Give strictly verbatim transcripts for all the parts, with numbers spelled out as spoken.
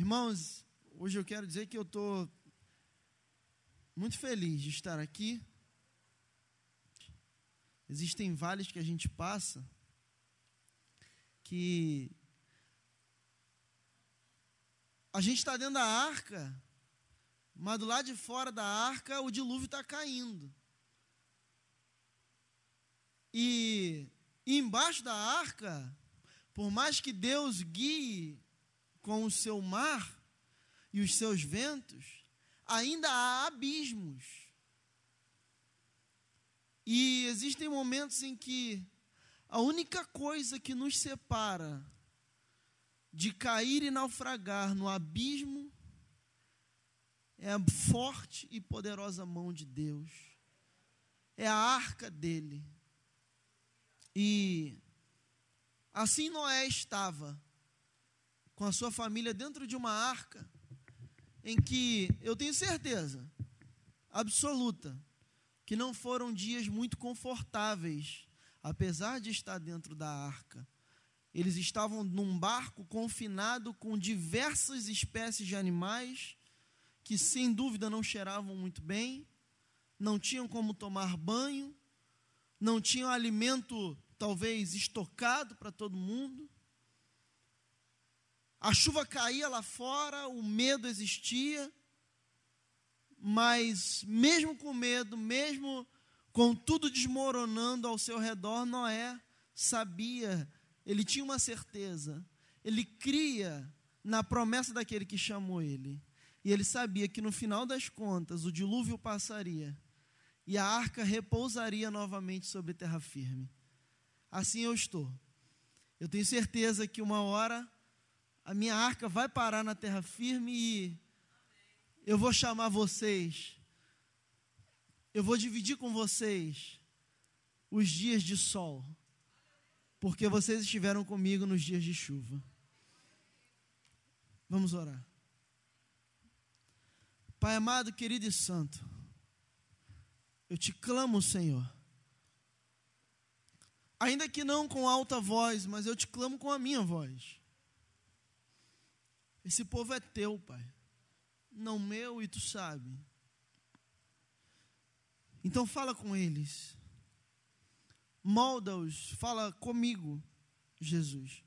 Irmãos, hoje eu quero dizer que eu estou muito feliz de estar aqui. Existem vales que a gente passa que a gente está dentro da arca, mas do lado de fora da arca o dilúvio está caindo. E, e embaixo da arca, por mais que Deus guie com o seu mar e os seus ventos, ainda há abismos. E existem momentos em que a única coisa que nos separa de cair e naufragar no abismo é a forte e poderosa mão de Deus. É a arca dele. E assim Noé estava com a sua família dentro de uma arca em que eu tenho certeza absoluta que não foram dias muito confortáveis, apesar de estar dentro da arca. Eles estavam num barco confinado com diversas espécies de animais que sem dúvida não cheiravam muito bem, não tinham como tomar banho, não tinham alimento talvez estocado para todo mundo. A chuva caía lá fora, o medo existia, mas mesmo com medo, mesmo com tudo desmoronando ao seu redor, Noé sabia, ele tinha uma certeza, ele cria na promessa daquele que chamou ele, e ele sabia que no final das contas o dilúvio passaria, e a arca repousaria novamente sobre terra firme. Assim eu estou, eu tenho certeza que uma hora a minha arca vai parar na terra firme e eu vou chamar vocês, eu vou dividir com vocês os dias de sol, porque vocês estiveram comigo nos dias de chuva. Vamos orar. Pai amado, querido e santo, eu te clamo, Senhor, ainda que não com alta voz, mas eu te clamo com a minha voz. Esse povo é teu, Pai, não meu, e tu sabe. Então fala com eles, molda-os, fala comigo, Jesus.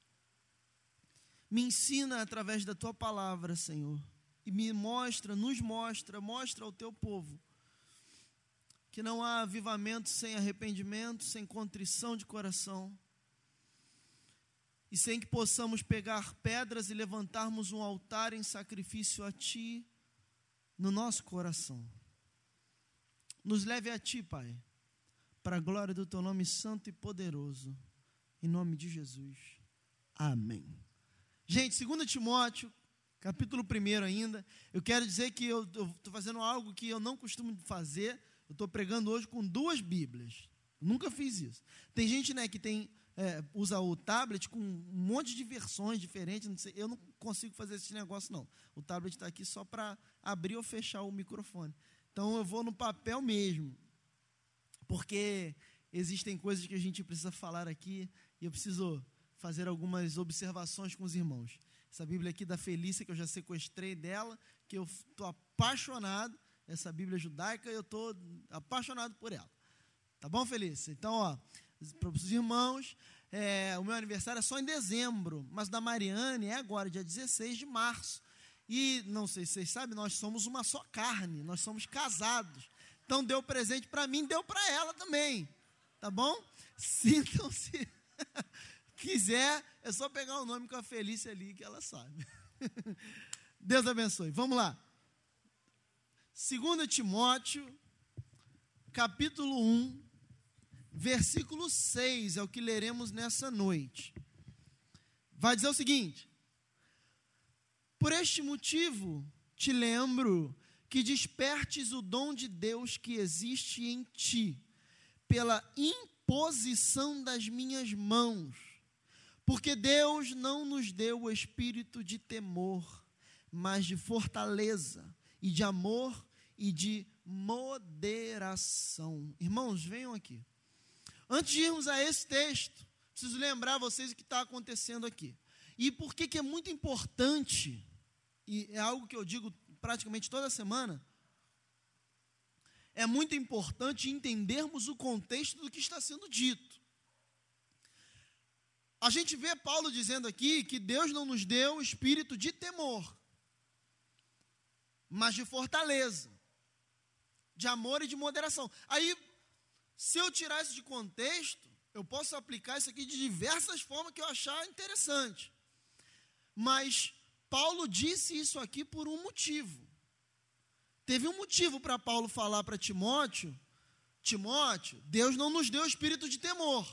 Me ensina através da tua palavra, Senhor, e me mostra, nos mostra, mostra ao teu povo que não há avivamento sem arrependimento, sem contrição de coração, e sem que possamos pegar pedras e levantarmos um altar em sacrifício a Ti, no nosso coração. Nos leve a Ti, Pai, para a glória do Teu nome santo e poderoso, em nome de Jesus. Amém. Gente, segundo Timóteo, capítulo um ainda, eu quero dizer que eu estou fazendo algo que eu não costumo fazer. Eu estou pregando hoje com duas Bíblias. Eu nunca fiz isso. Tem gente, né, que tem, é, usa o tablet com um monte de versões diferentes. Não sei, eu não consigo fazer esse negócio, não. O tablet está aqui só para abrir ou fechar o microfone. Então, eu vou no papel mesmo. Porque existem coisas que a gente precisa falar aqui e eu preciso fazer algumas observações com os irmãos. Essa Bíblia aqui da Felícia, que eu já sequestrei dela, que eu estou apaixonado. Essa Bíblia judaica, eu estou apaixonado por ela. Tá bom, Felícia? Então, ó, para os irmãos, é, o meu aniversário é só em dezembro, mas da Mariane é agora, dia dezesseis de março. E, não sei se vocês sabem, nós somos uma só carne, nós somos casados. Então, deu presente para mim, deu para ela também. Tá bom? Sintam-se. Quiser, é só pegar o nome com a Felícia ali, que ela sabe. Deus abençoe. Vamos lá. segundo Timóteo, capítulo um, versículo seis, é o que leremos nessa noite. Vai dizer o seguinte: por este motivo te lembro que despertes o dom de Deus que existe em ti, pela imposição das minhas mãos, porque Deus não nos deu o espírito de temor, mas de fortaleza, e de amor e de moderação. Irmãos, venham aqui. Antes de irmos a esse texto, preciso lembrar vocês o que está acontecendo aqui. E por que que é muito importante e é algo que eu digo praticamente toda semana, é muito importante entendermos o contexto do que está sendo dito. A gente vê Paulo dizendo aqui que Deus não nos deu espírito de temor, mas de fortaleza, de amor e de moderação. Aí, se eu tirar isso de contexto, eu posso aplicar isso aqui de diversas formas que eu achar interessante. Mas Paulo disse isso aqui por um motivo. Teve um motivo para Paulo falar para Timóteo: Timóteo, Deus não nos deu espírito de temor.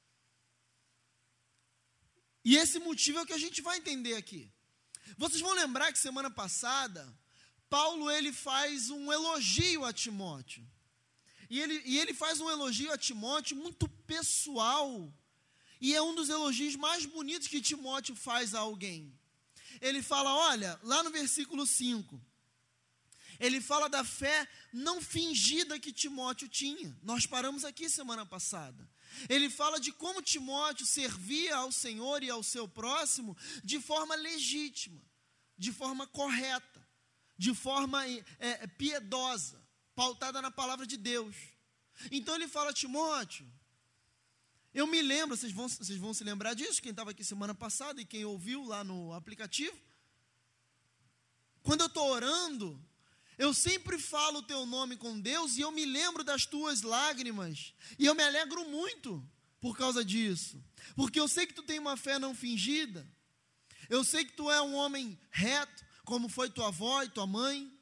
E esse motivo é o que a gente vai entender aqui. Vocês vão lembrar que semana passada, Paulo ele faz um elogio a Timóteo. E ele, e ele faz um elogio a Timóteo muito pessoal. E é um dos elogios mais bonitos que Timóteo faz a alguém. Ele fala, olha, lá no versículo cinco, ele fala da fé não fingida que Timóteo tinha. Nós paramos aqui semana passada. Ele fala de como Timóteo servia ao Senhor e ao seu próximo de forma legítima, de forma correta, de forma é, piedosa, pautada na palavra de Deus. Então ele fala, Timóteo, eu me lembro, vocês vão, vocês vão se lembrar disso, quem estava aqui semana passada e quem ouviu lá no aplicativo, quando eu estou orando, eu sempre falo o teu nome com Deus e eu me lembro das tuas lágrimas. E eu me alegro muito por causa disso. Porque eu sei que tu tem uma fé não fingida. Eu sei que tu é um homem reto, como foi tua avó e tua mãe.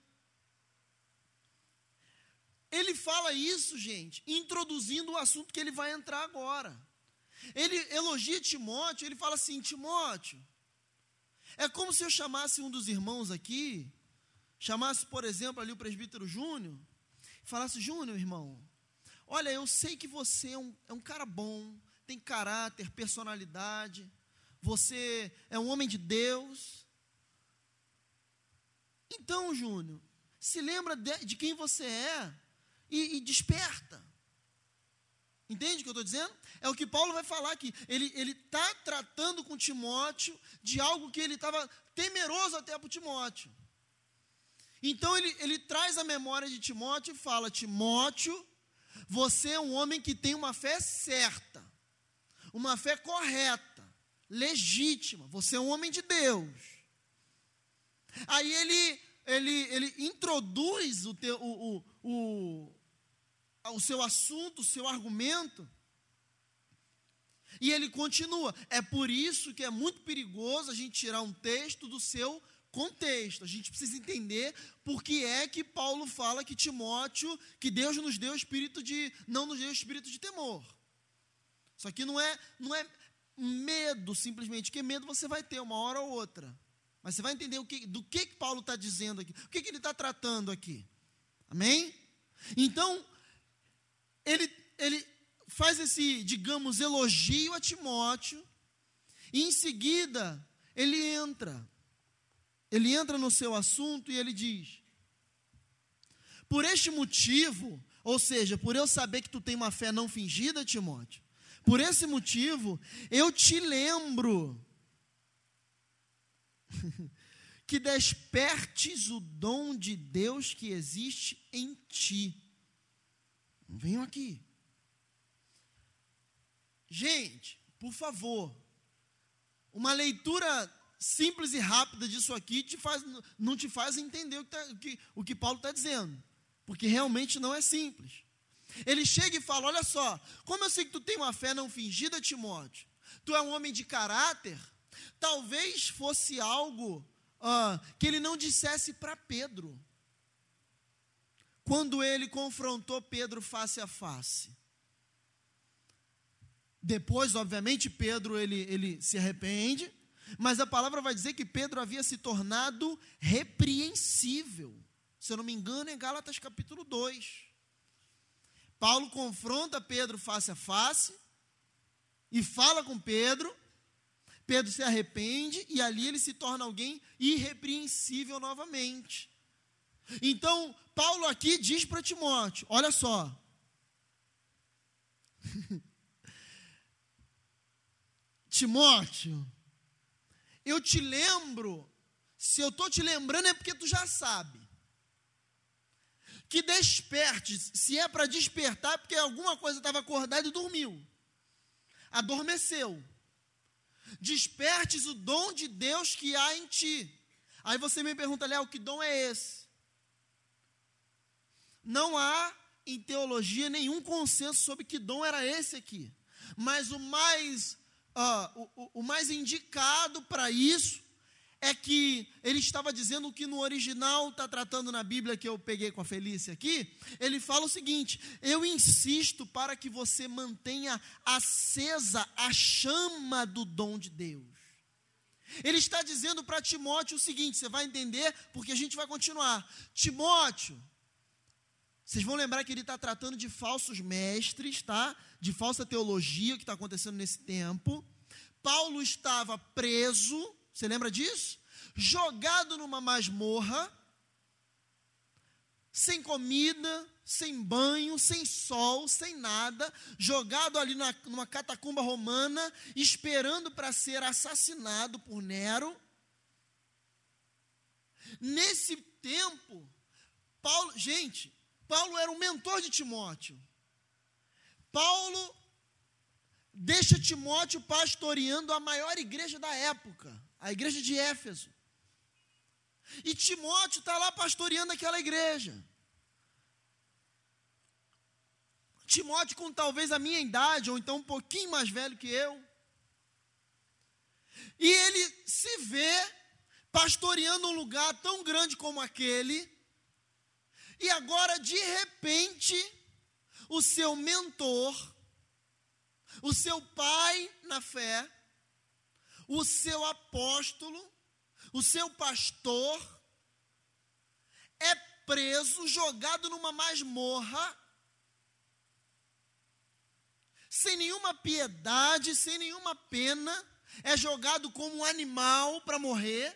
Ele fala isso, gente, introduzindo o assunto que ele vai entrar agora. Ele elogia Timóteo, ele fala assim, Timóteo, é como se eu chamasse um dos irmãos aqui, chamasse, por exemplo, ali o presbítero Júnior, e falasse, Júnior, irmão, olha, eu sei que você é um, é um cara bom, tem caráter, personalidade, você é um homem de Deus. Então, Júnior, se lembra de, de quem você é e, e desperta. Entende o que eu estou dizendo? É o que Paulo vai falar aqui. Ele está tratando com Timóteo de algo que ele estava temeroso até para Timóteo. Então ele, ele traz a memória de Timóteo e fala, Timóteo, você é um homem que tem uma fé certa, uma fé correta, legítima, você é um homem de Deus. Aí ele, ele, ele introduz o, teu, o, o, o, o seu assunto, o seu argumento, e ele continua, é por isso que é muito perigoso a gente tirar um texto do seu contexto. A gente precisa entender por que é que Paulo fala que Timóteo, que Deus nos deu espírito de, não nos deu espírito de temor. Isso aqui não é, não é medo simplesmente, porque medo você vai ter uma hora ou outra. Mas você vai entender o que, do que, que Paulo está dizendo aqui, o que, que ele está tratando aqui. Amém? Então, ele, ele faz esse, digamos, elogio a Timóteo, e em seguida, ele entra Ele entra no seu assunto e ele diz, por este motivo, ou seja, por eu saber que tu tem uma fé não fingida, Timóteo, por esse motivo, eu te lembro que despertes o dom de Deus que existe em ti. Venham aqui. Gente, por favor, uma leitura simples e rápida disso aqui te faz, não te faz entender o que, tá, o que, o que Paulo está dizendo, porque realmente não é simples. Ele chega e fala, olha só, como eu sei que tu tem uma fé não fingida, Timóteo, tu é um homem de caráter, talvez fosse algo ah, que ele não dissesse para Pedro, quando ele confrontou Pedro face a face. Depois, obviamente, Pedro ele, ele se arrepende, mas a palavra vai dizer que Pedro havia se tornado repreensível. Se eu não me engano, é Gálatas capítulo dois. Paulo confronta Pedro face a face e fala com Pedro. Pedro se arrepende e ali ele se torna alguém irrepreensível novamente. Então, Paulo aqui diz para Timóteo, olha só. Timóteo, eu te lembro Se eu estou te lembrando é porque tu já sabe. Que desperte, se é para despertar, é porque alguma coisa estava acordada e dormiu. Adormeceu. Despertes o dom de Deus que há em ti. Aí você me pergunta, Léo, que dom é esse? Não há em teologia nenhum consenso sobre que dom era esse aqui. Mas o mais, uh, o, o mais indicado para isso é que ele estava dizendo o que no original está tratando na Bíblia, que eu peguei com a Felícia aqui. Ele fala o seguinte: eu insisto para que você mantenha acesa a chama do dom de Deus. Ele está dizendo para Timóteo o seguinte, você vai entender porque a gente vai continuar. Timóteo, vocês vão lembrar que ele está tratando de falsos mestres, tá? De falsa teologia que está acontecendo nesse tempo. Paulo estava preso. Você lembra disso? Jogado numa masmorra, sem comida, sem banho, sem sol, sem nada, jogado ali na, numa catacumba romana, esperando para ser assassinado por Nero. Nesse tempo, Paulo, gente, Paulo era o mentor de Timóteo. Paulo deixa Timóteo pastoreando a maior igreja da época, a igreja de Éfeso. E Timóteo está lá pastoreando aquela igreja. Timóteo com talvez a minha idade, ou então um pouquinho mais velho que eu. E ele se vê pastoreando um lugar tão grande como aquele. E agora, de repente, o seu mentor, o seu pai na fé, o seu apóstolo, o seu pastor, é preso, jogado numa masmorra, sem nenhuma piedade, sem nenhuma pena, é jogado como um animal para morrer.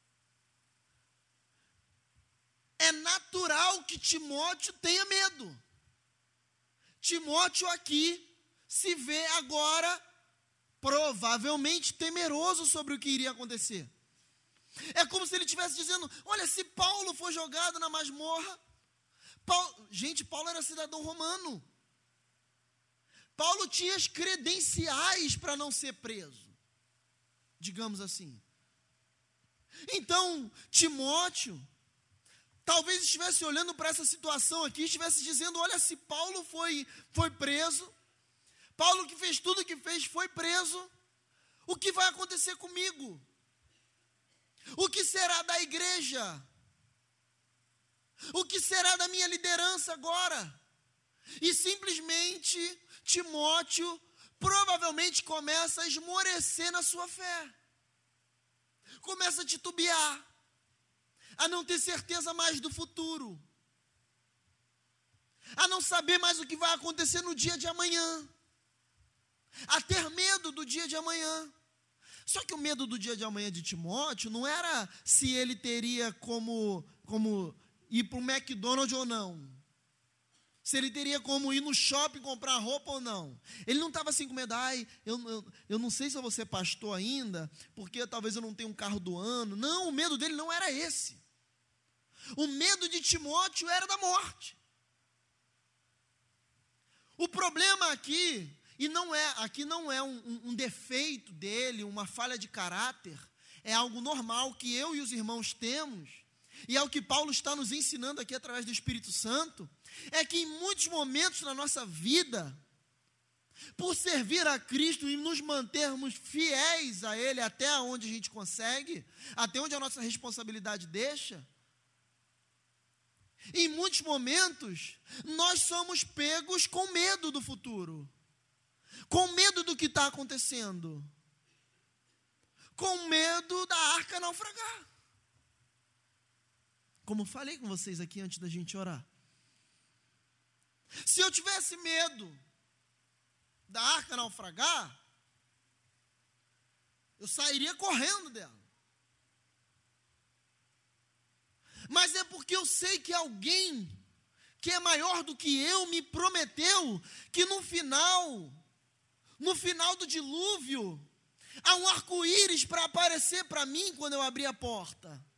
É natural que Timóteo tenha medo. Timóteo aqui se vê agora provavelmente temeroso sobre o que iria acontecer. É como se ele estivesse dizendo, olha, se Paulo for jogado na masmorra, Paulo, gente, Paulo era cidadão romano. Paulo tinha as credenciais para não ser preso, digamos assim. Então, Timóteo, talvez estivesse olhando para essa situação aqui, estivesse dizendo, olha, se Paulo foi, foi preso, Paulo que fez tudo o que fez foi preso, o que vai acontecer comigo? O que será da igreja? O que será da minha liderança agora? E simplesmente Timóteo provavelmente começa a esmorecer na sua fé. Começa a titubear, a não ter certeza mais do futuro, a não saber mais o que vai acontecer no dia de amanhã, a ter medo do dia de amanhã. Só que o medo do dia de amanhã de Timóteo não era se ele teria como, como ir para o McDonald's ou não, se ele teria como ir no shopping comprar roupa ou não. Ele não estava assim com medo, ai, eu, eu, eu não sei se eu vou ser pastor ainda, porque talvez eu não tenha um carro do ano. Não, o medo dele não era esse. O medo de Timóteo era da morte. O problema aqui, e não é, aqui não é um, um, um defeito dele, uma falha de caráter, é algo normal que eu e os irmãos temos, e é o que Paulo está nos ensinando aqui através do Espírito Santo, é que em muitos momentos na nossa vida, por servir a Cristo e nos mantermos fiéis a Ele até onde a gente consegue, até onde a nossa responsabilidade deixa, em muitos momentos, nós somos pegos com medo do futuro, com medo do que está acontecendo, com medo da arca naufragar. Como falei com vocês aqui antes da gente orar. Se eu tivesse medo da arca naufragar, eu sairia correndo dela. Mas é porque eu sei que alguém que é maior do que eu me prometeu que no final, no final do dilúvio, há um arco-íris para aparecer para mim quando eu abrir a porta.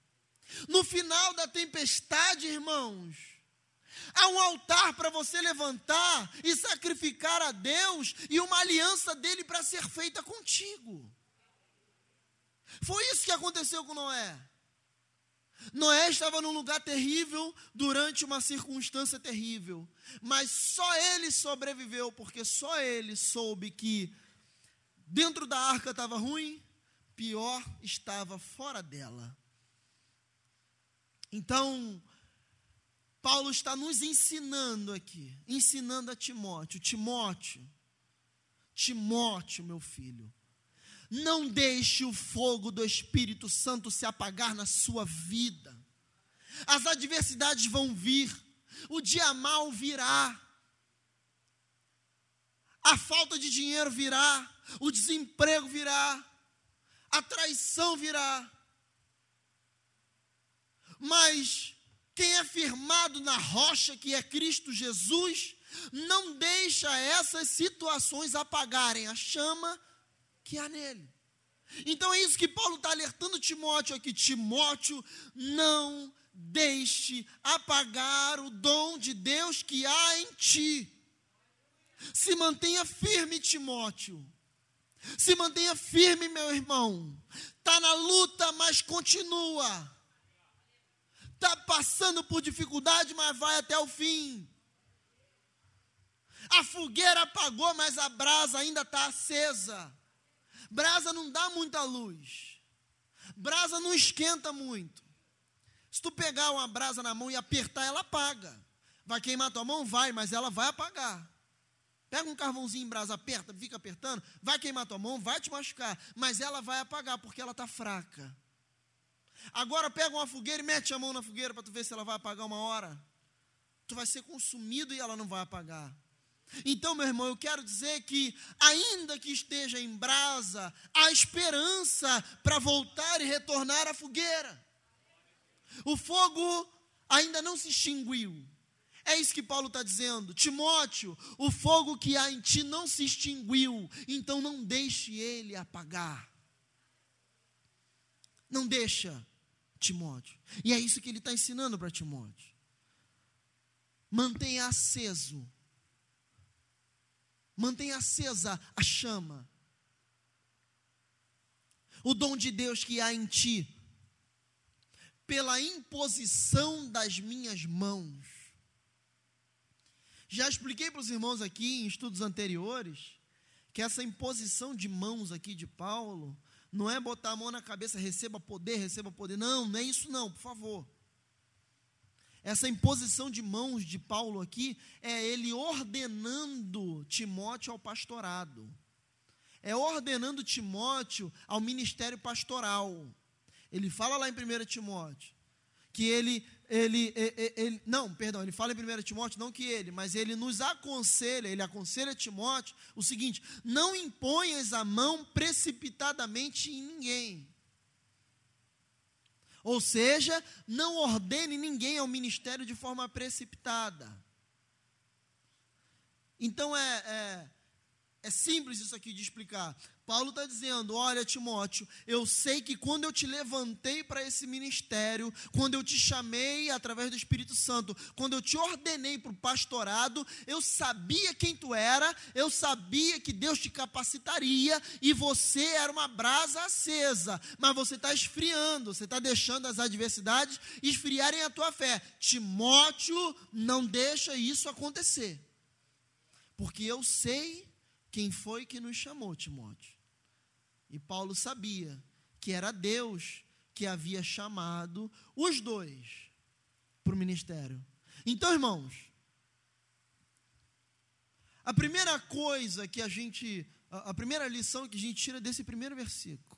No final da tempestade, irmãos, há um altar para você levantar e sacrificar a Deus e uma aliança dele para ser feita contigo. Foi isso que aconteceu com Noé. Noé estava num lugar terrível durante uma circunstância terrível, mas só ele sobreviveu, porque só ele soube que dentro da arca estava ruim, pior estava fora dela. Então, Paulo está nos ensinando aqui, ensinando a Timóteo, Timóteo, Timóteo, meu filho, não deixe o fogo do Espírito Santo se apagar na sua vida. As adversidades vão vir, o dia mau virá, a falta de dinheiro virá, o desemprego virá, a traição virá. Mas quem é firmado na rocha que é Cristo Jesus, não deixa essas situações apagarem a chama que há nele. Então é isso que Paulo está alertando Timóteo aqui. Timóteo, não deixe apagar o dom de Deus que há em ti. Se mantenha firme, Timóteo. Se mantenha firme, meu irmão. Está na luta, mas continua. Está passando por dificuldade, mas vai até o fim. A fogueira apagou, mas a brasa ainda está acesa. Brasa não dá muita luz. Brasa não esquenta muito. Se tu pegar uma brasa na mão e apertar, ela apaga. Vai queimar tua mão? Vai, mas ela vai apagar. Pega um carvãozinho em brasa, aperta, fica apertando, vai queimar tua mão, vai te machucar, mas ela vai apagar, porque ela está fraca. Agora pega uma fogueira e mete a mão na fogueira para tu ver se ela vai apagar uma hora. Tu vai ser consumido e ela não vai apagar. Então, meu irmão, eu quero dizer que, ainda que esteja em brasa, há esperança para voltar e retornar à fogueira. O fogo ainda não se extinguiu. É isso que Paulo está dizendo. Timóteo, o fogo que há em ti não se extinguiu, então não deixe ele apagar. Não deixa, Timóteo. E é isso que ele está ensinando para Timóteo. Mantenha aceso. Mantenha acesa a chama. O dom de Deus que há em ti, pela imposição das minhas mãos. Já expliquei para os irmãos aqui em estudos anteriores, que essa imposição de mãos aqui de Paulo, não é botar a mão na cabeça, receba poder, receba poder. Não, não é isso não, por favor. Essa imposição de mãos de Paulo aqui, é ele ordenando Timóteo ao pastorado. É ordenando Timóteo ao ministério pastoral. Ele fala lá em primeiro Timóteo, que ele, ele, ele, ele, não, perdão, ele fala em primeiro Timóteo, não que ele, mas ele nos aconselha, ele aconselha Timóteo o seguinte: não imponhas a mão precipitadamente em ninguém. Ou seja, não ordene ninguém ao ministério de forma precipitada. Então é, é, é simples isso aqui de explicar. Paulo está dizendo: olha, Timóteo, eu sei que quando eu te levantei para esse ministério, quando eu te chamei através do Espírito Santo, quando eu te ordenei para o pastorado, eu sabia quem tu era, eu sabia que Deus te capacitaria, e você era uma brasa acesa, mas você está esfriando, você está deixando as adversidades esfriarem a tua fé. Timóteo, não deixa isso acontecer, porque eu sei quem foi que nos chamou, Timóteo. E Paulo sabia que era Deus que havia chamado os dois para o ministério. Então, irmãos, a primeira coisa que a gente, a primeira lição que a gente tira desse primeiro versículo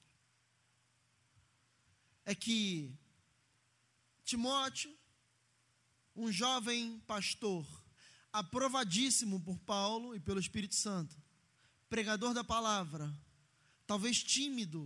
é que Timóteo, um jovem pastor, aprovadíssimo por Paulo e pelo Espírito Santo, pregador da palavra, talvez tímido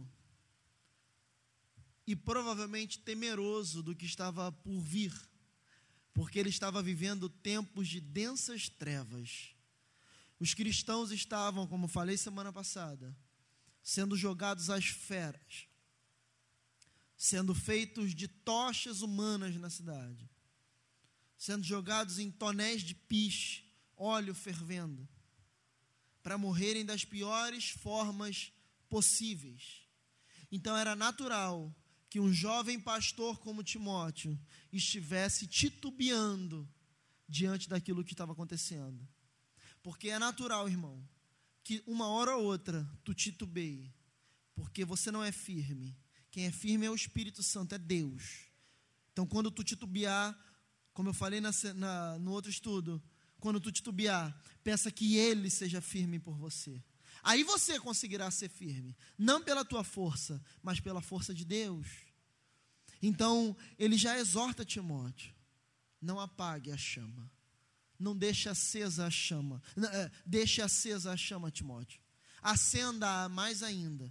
e provavelmente temeroso do que estava por vir, porque ele estava vivendo tempos de densas trevas. Os cristãos estavam, como falei semana passada, sendo jogados às feras, sendo feitos de tochas humanas na cidade, sendo jogados em tonéis de piche, óleo fervendo, para morrerem das piores formas possíveis. Então era natural que um jovem pastor como Timóteo estivesse titubeando diante daquilo que estava acontecendo. Porque é natural, irmão, que uma hora ou outra tu titubeie, porque você não é firme. Quem é firme é o Espírito Santo, é Deus. Então quando tu titubear, como eu falei na, na, no outro estudo, quando tu titubear, peça que Ele seja firme por você. Aí você conseguirá ser firme, não pela tua força, mas pela força de Deus. Então, ele já exorta Timóteo, não apague a chama, não deixe acesa a chama, deixe acesa a chama, Timóteo, acenda-a mais ainda.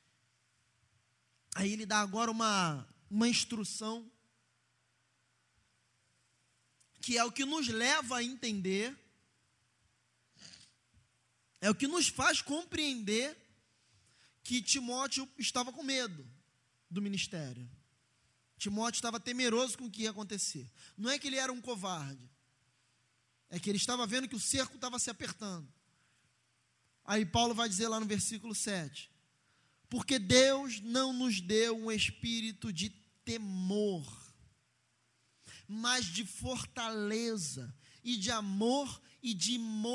Aí ele dá agora uma, uma instrução, que é o que nos leva a entender, é o que nos faz compreender que Timóteo estava com medo do ministério. Timóteo estava temeroso com o que ia acontecer. Não é que ele era um covarde, é que ele estava vendo que o cerco estava se apertando. Aí Paulo vai dizer lá no versículo sete, porque Deus não nos deu um espírito de temor, mas de fortaleza e de amor e de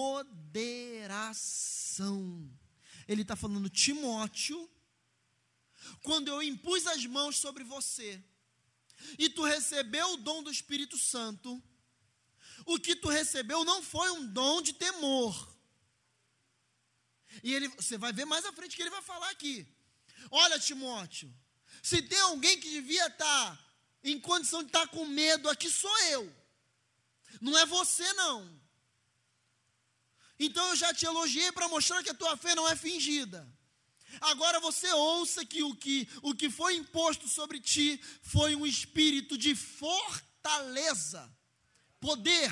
moderação. Ele está falando, Timóteo, quando eu impus as mãos sobre você, e tu recebeu o dom do Espírito Santo, o que tu recebeu não foi um dom de temor. E ele, você vai ver mais à frente que ele vai falar aqui. Olha, Timóteo, se tem alguém que devia estar em condição de estar com medo, aqui sou eu. Não é você, não. Então eu já te elogiei para mostrar que a tua fé não é fingida. Agora você ouça que o que, o que foi imposto sobre ti foi um espírito de fortaleza, poder.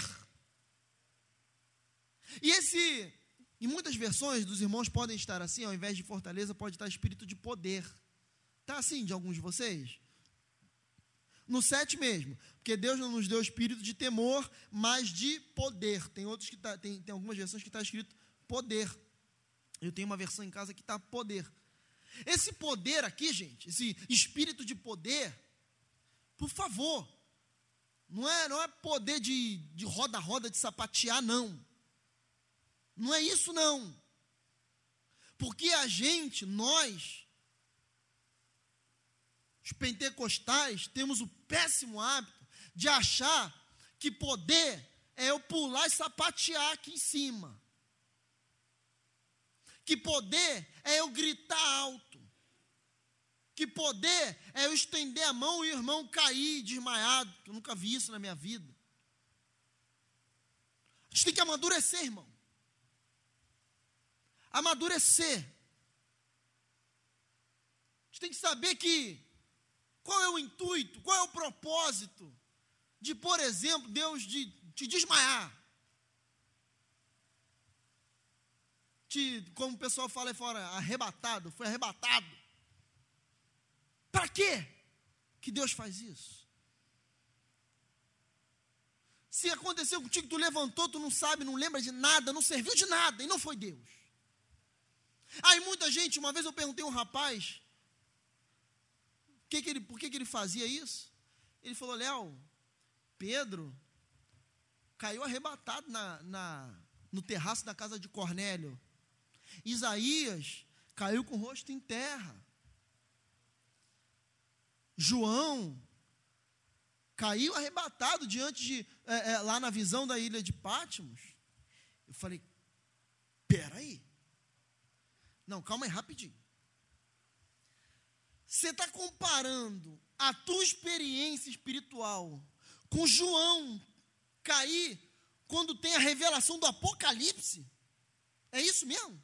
E esse, em muitas versões dos irmãos podem estar assim, ao invés de fortaleza pode estar espírito de poder. Está assim de alguns de vocês? No sete mesmo, porque Deus não nos deu espírito de temor, mas de poder. Tem outros que tá, tem, tem algumas versões que está escrito poder. Eu tenho uma versão em casa que está poder. Esse poder aqui, gente, esse espírito de poder, por favor, não é, não é poder de, de roda-roda, de sapatear, não. Não é isso, não. Porque a gente, nós, os pentecostais, temos o péssimo hábito de achar que poder é eu pular e sapatear aqui em cima. Que poder é eu gritar alto. Que poder é eu estender a mão e o irmão cair desmaiado. Eu nunca vi isso na minha vida. A gente tem que amadurecer, irmão. Amadurecer. A gente tem que saber que qual é o intuito, qual é o propósito de, por exemplo, Deus de te desmaiar. Te, como o pessoal fala aí fora, arrebatado, foi arrebatado. Para quê que Deus faz isso? Se aconteceu contigo, tu levantou, tu não sabe, não lembra de nada, não serviu de nada, e não foi Deus. Aí muita gente, uma vez eu perguntei a um rapaz, que que ele, por que, que ele fazia isso? Ele falou, Léo, Pedro caiu arrebatado na, na, no terraço da casa de Cornélio. Isaías caiu com o rosto em terra. João caiu arrebatado diante de, é, é, lá na visão da ilha de Pátimos. Eu falei, peraí. Não, calma aí, rapidinho. Você está comparando a tua experiência espiritual com João cair quando tem a revelação do Apocalipse? É isso mesmo?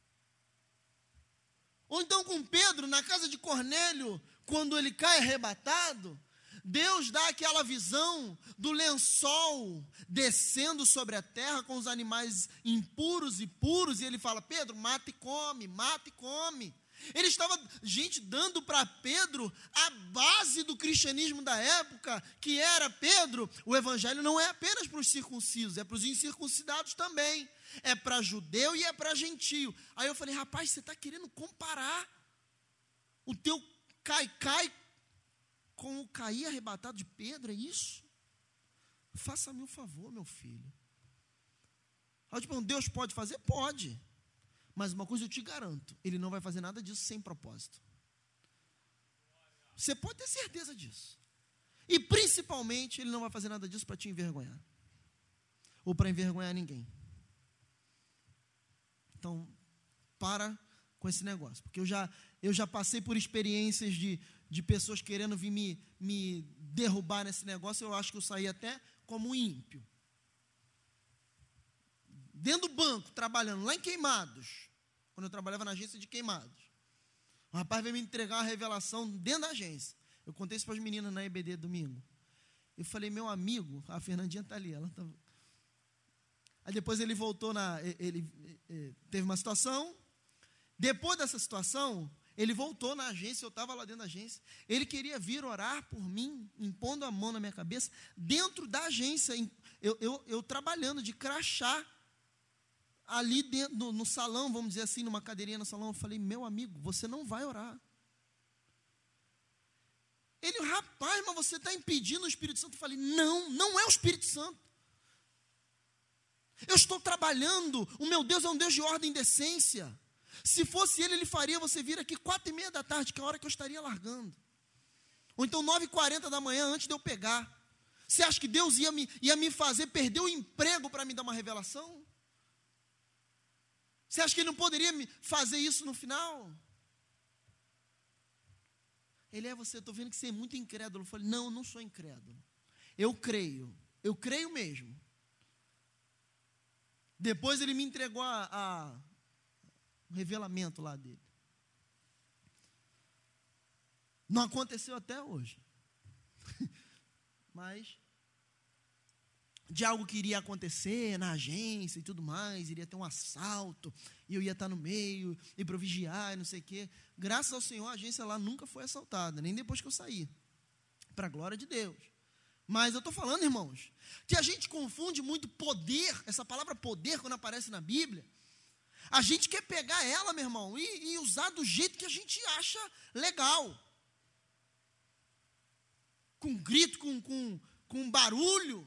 Ou então com Pedro, na casa de Cornélio, quando ele cai arrebatado, Deus dá aquela visão do lençol descendo sobre a terra com os animais impuros e puros, e ele fala, Pedro, mata e come, mata e come. Ele estava, gente, dando para Pedro a base do cristianismo da época, que era, Pedro, o evangelho não é apenas para os circuncisos, é para os incircuncidados também. É para judeu e é para gentio. Aí eu falei, rapaz, você está querendo comparar o teu cai-cai com o cair arrebatado de Pedro, é isso? Faça-me um favor, meu filho. Aí eu te pergunto, Deus pode fazer? Pode. Mas uma coisa eu te garanto, Ele não vai fazer nada disso sem propósito. Você pode ter certeza disso. E principalmente, Ele não vai fazer nada disso para te envergonhar. Ou para envergonhar ninguém. Então, para com esse negócio. Porque eu já, eu já passei por experiências de, de pessoas querendo vir me, me derrubar nesse negócio. Eu acho que eu saí até como ímpio. Dentro do banco, trabalhando lá em Queimados. Quando eu trabalhava na agência de Queimados. O rapaz veio me entregar uma revelação dentro da agência. Eu contei isso para as meninas na E B D domingo. Eu falei, meu amigo, a Fernandinha está ali, ela está... Aí depois ele voltou, na, ele, ele, ele teve uma situação, depois dessa situação, ele voltou na agência, eu estava lá dentro da agência, ele queria vir orar por mim, impondo a mão na minha cabeça, dentro da agência, eu, eu, eu trabalhando de crachá, ali dentro, no, no salão, vamos dizer assim, numa cadeirinha no salão, eu falei, meu amigo, você não vai orar. Ele, rapaz, mas você está impedindo o Espírito Santo. Eu falei, não, não é o Espírito Santo. Eu estou trabalhando, o meu Deus é um Deus de ordem e decência. Se fosse Ele, Ele faria você vir aqui quatro e meia da tarde, que é a hora que eu estaria largando. Ou então nove e quarenta da manhã, antes de eu pegar. Você acha que Deus ia me, ia me fazer perder o emprego para me dar uma revelação? Você acha que Ele não poderia me fazer isso no final? Ele é você, eu estou vendo que você é muito incrédulo. Eu falei, não, eu não sou incrédulo. Eu creio, eu creio mesmo. Depois ele me entregou a, a, o revelamento lá dele. Não aconteceu até hoje. Mas de algo que iria acontecer na agência e tudo mais, iria ter um assalto, e eu ia estar no meio, e para vigiar, e não sei o quê. Graças ao Senhor, a agência lá nunca foi assaltada, nem depois que eu saí. Para a glória de Deus. Mas eu estou falando, irmãos, que a gente confunde muito poder, essa palavra poder, quando aparece na Bíblia, a gente quer pegar ela, meu irmão, e, e usar do jeito que a gente acha legal. Com grito, com, com, com barulho.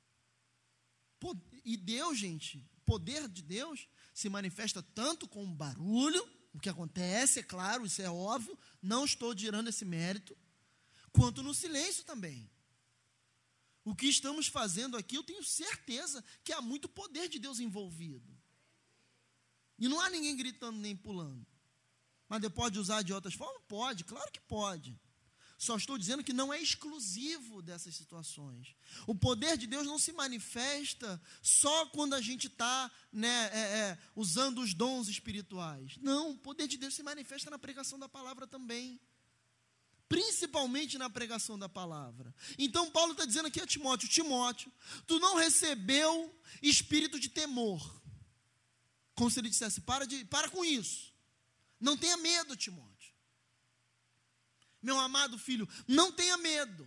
E Deus, gente, o poder de Deus se manifesta tanto com barulho, o que acontece, é claro, isso é óbvio, não estou tirando esse mérito, quanto no silêncio também. O que estamos fazendo aqui, eu tenho certeza que há muito poder de Deus envolvido. E não há ninguém gritando nem pulando. Mas Deus pode usar de outras formas? Pode, claro que pode. Só estou dizendo que não é exclusivo dessas situações. O poder de Deus não se manifesta só quando a gente está né, é, é, usando os dons espirituais. Não, o poder de Deus se manifesta na pregação da palavra também. Principalmente na pregação da palavra. Então Paulo está dizendo aqui a Timóteo, Timóteo, tu não recebeu espírito de temor. Como se ele dissesse, para, de, para com isso. Não tenha medo, Timóteo. Meu amado filho, não tenha medo.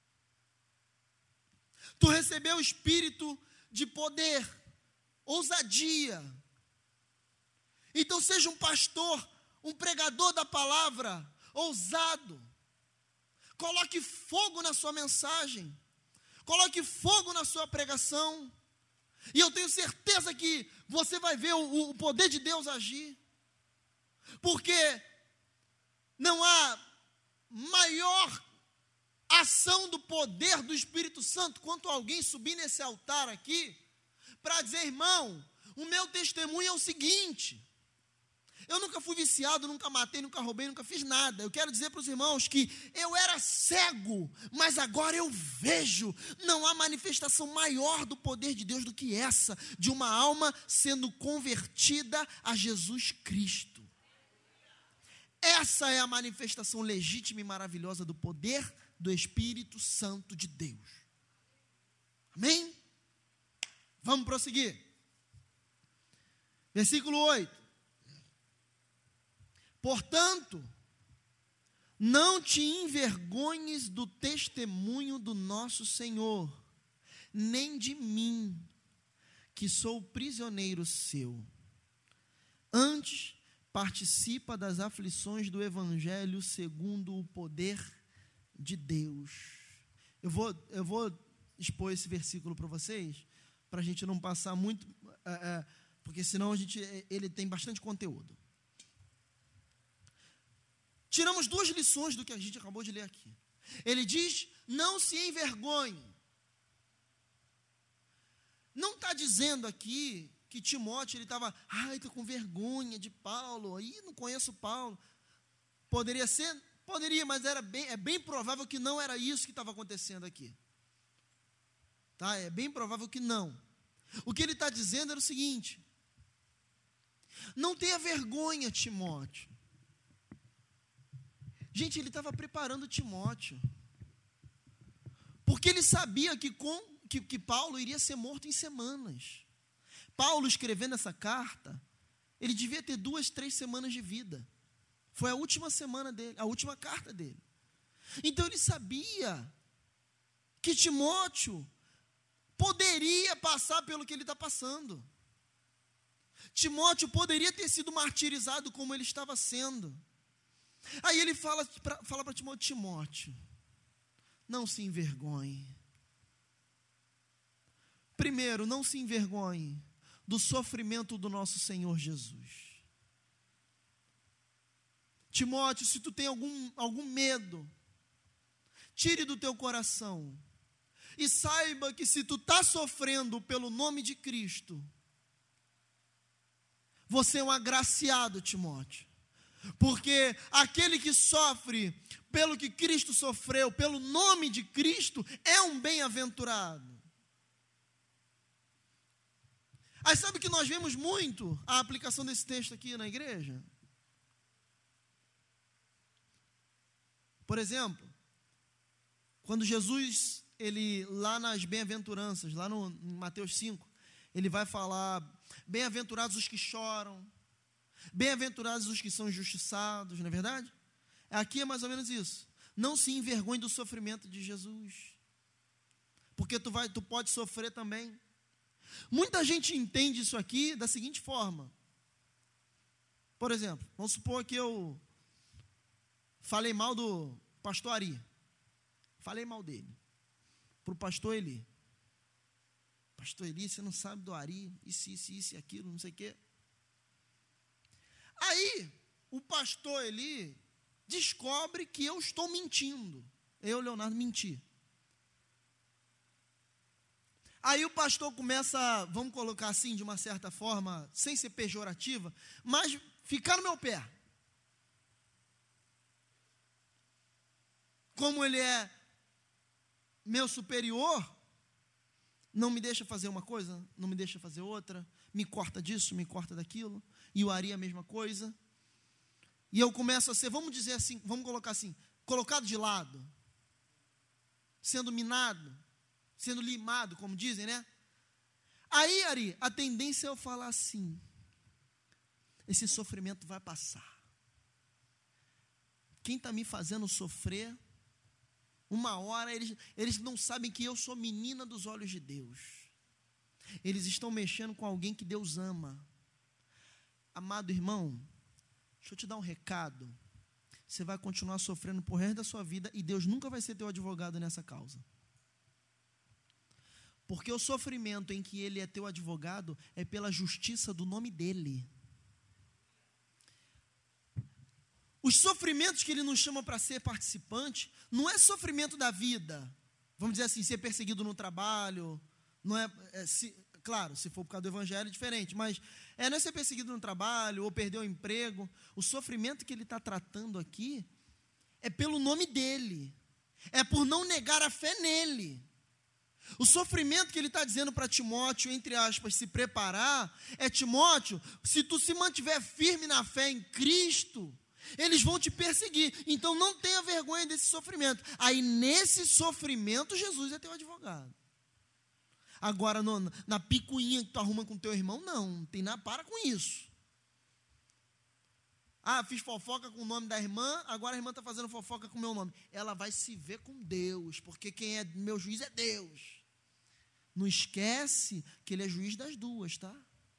Tu recebeu espírito de poder, ousadia. Então seja um pastor, um pregador da palavra, ousado. Coloque fogo na sua mensagem. Coloque fogo na sua pregação. E eu tenho certeza que você vai ver o, o poder de Deus agir. Porque não há maior ação do poder do Espírito Santo quanto alguém subir nesse altar aqui para dizer, irmão, o meu testemunho é o seguinte. Eu nunca fui viciado, nunca matei, nunca roubei, nunca fiz nada. Eu quero dizer para os irmãos que eu era cego, mas agora eu vejo. Não há manifestação maior do poder de Deus do que essa, de uma alma sendo convertida a Jesus Cristo. Essa é a manifestação legítima e maravilhosa do poder do Espírito Santo de Deus. Amém? Vamos prosseguir. Versículo oito. Portanto, não te envergonhes do testemunho do nosso Senhor, nem de mim, que sou prisioneiro seu. Antes, participa das aflições do Evangelho segundo o poder de Deus. Eu vou, eu vou expor esse versículo para vocês, para a gente não passar muito, é, é, porque senão a gente, ele tem bastante conteúdo. Tiramos duas lições do que a gente acabou de ler aqui. Ele diz, não se envergonhe. Não está dizendo aqui que Timóteo, ele estava, ai, estou com vergonha de Paulo, aí não conheço Paulo. Poderia ser? Poderia, mas era bem, é bem provável que não era isso que estava acontecendo aqui. Tá? É bem provável que não. O que ele está dizendo era o seguinte, não tenha vergonha, Timóteo. Gente, ele estava preparando Timóteo, porque ele sabia que, com, que, que Paulo iria ser morto em semanas. Paulo, escrevendo essa carta, ele devia ter duas, três semanas de vida. Foi a última semana dele, a última carta dele. Então ele sabia que Timóteo poderia passar pelo que ele está passando. Timóteo poderia ter sido martirizado como ele estava sendo. Aí ele fala para fala para Timóteo, Timóteo, não se envergonhe. Primeiro, não se envergonhe do sofrimento do nosso Senhor Jesus. Timóteo, se tu tem algum, algum medo, tire do teu coração. E saiba que se tu está sofrendo pelo nome de Cristo, você é um agraciado, Timóteo. Porque aquele que sofre pelo que Cristo sofreu, pelo nome de Cristo, é um bem-aventurado. Aí sabe que nós vemos muito a aplicação desse texto aqui na igreja? Por exemplo, quando Jesus, ele lá nas bem-aventuranças, lá no em Mateus cinco, ele vai falar, bem-aventurados os que choram, bem-aventurados os que são injustiçados, não é verdade? Aqui é mais ou menos isso. Não se envergonhe do sofrimento de Jesus, porque tu, vai, tu pode sofrer também. Muita gente entende isso aqui da seguinte forma. Por exemplo, vamos supor que eu falei mal do pastor Ari. Falei mal dele. Para o pastor Eli. Pastor Eli, você não sabe do Ari, isso, isso, isso e aquilo, não sei o quê. Aí, o pastor Eli descobre que eu estou mentindo. Eu, Leonardo, menti. Aí o pastor começa, vamos colocar assim, de uma certa forma, sem ser pejorativa, mas ficar no meu pé. Como ele é meu superior, não me deixa fazer uma coisa, não me deixa fazer outra, me corta disso, me corta daquilo. E o Ari a mesma coisa, e eu começo a ser, vamos dizer assim, vamos colocar assim, colocado de lado, sendo minado, sendo limado, como dizem, né? Aí, Ari, a tendência é eu falar assim, esse sofrimento vai passar. Quem está me fazendo sofrer, uma hora, eles, eles não sabem que eu sou menina dos olhos de Deus. Eles estão mexendo com alguém que Deus ama. Amado irmão, deixa eu te dar um recado. Você vai continuar sofrendo por resto da sua vida e Deus nunca vai ser teu advogado nessa causa. Porque o sofrimento em que Ele é teu advogado é pela justiça do nome dEle. Os sofrimentos que Ele nos chama para ser participante, não é sofrimento da vida. Vamos dizer assim, ser perseguido no trabalho, não é... é se, Claro, se for por causa do evangelho é diferente, mas é, não é ser perseguido no trabalho ou perder o emprego. O sofrimento que ele está tratando aqui é pelo nome dele, é por não negar a fé nele. O sofrimento que ele está dizendo para Timóteo, entre aspas, se preparar, é Timóteo, se tu se mantiver firme na fé em Cristo, eles vão te perseguir, então não tenha vergonha desse sofrimento. Aí nesse sofrimento Jesus é teu advogado. Agora, no, na picuinha que tu arruma com teu irmão, não, não tem nada, para com isso. Ah, fiz fofoca com o nome da irmã, agora a irmã está fazendo fofoca com o meu nome. Ela vai se ver com Deus, porque quem é meu juiz é Deus. Não esquece que Ele é juiz das duas, tá?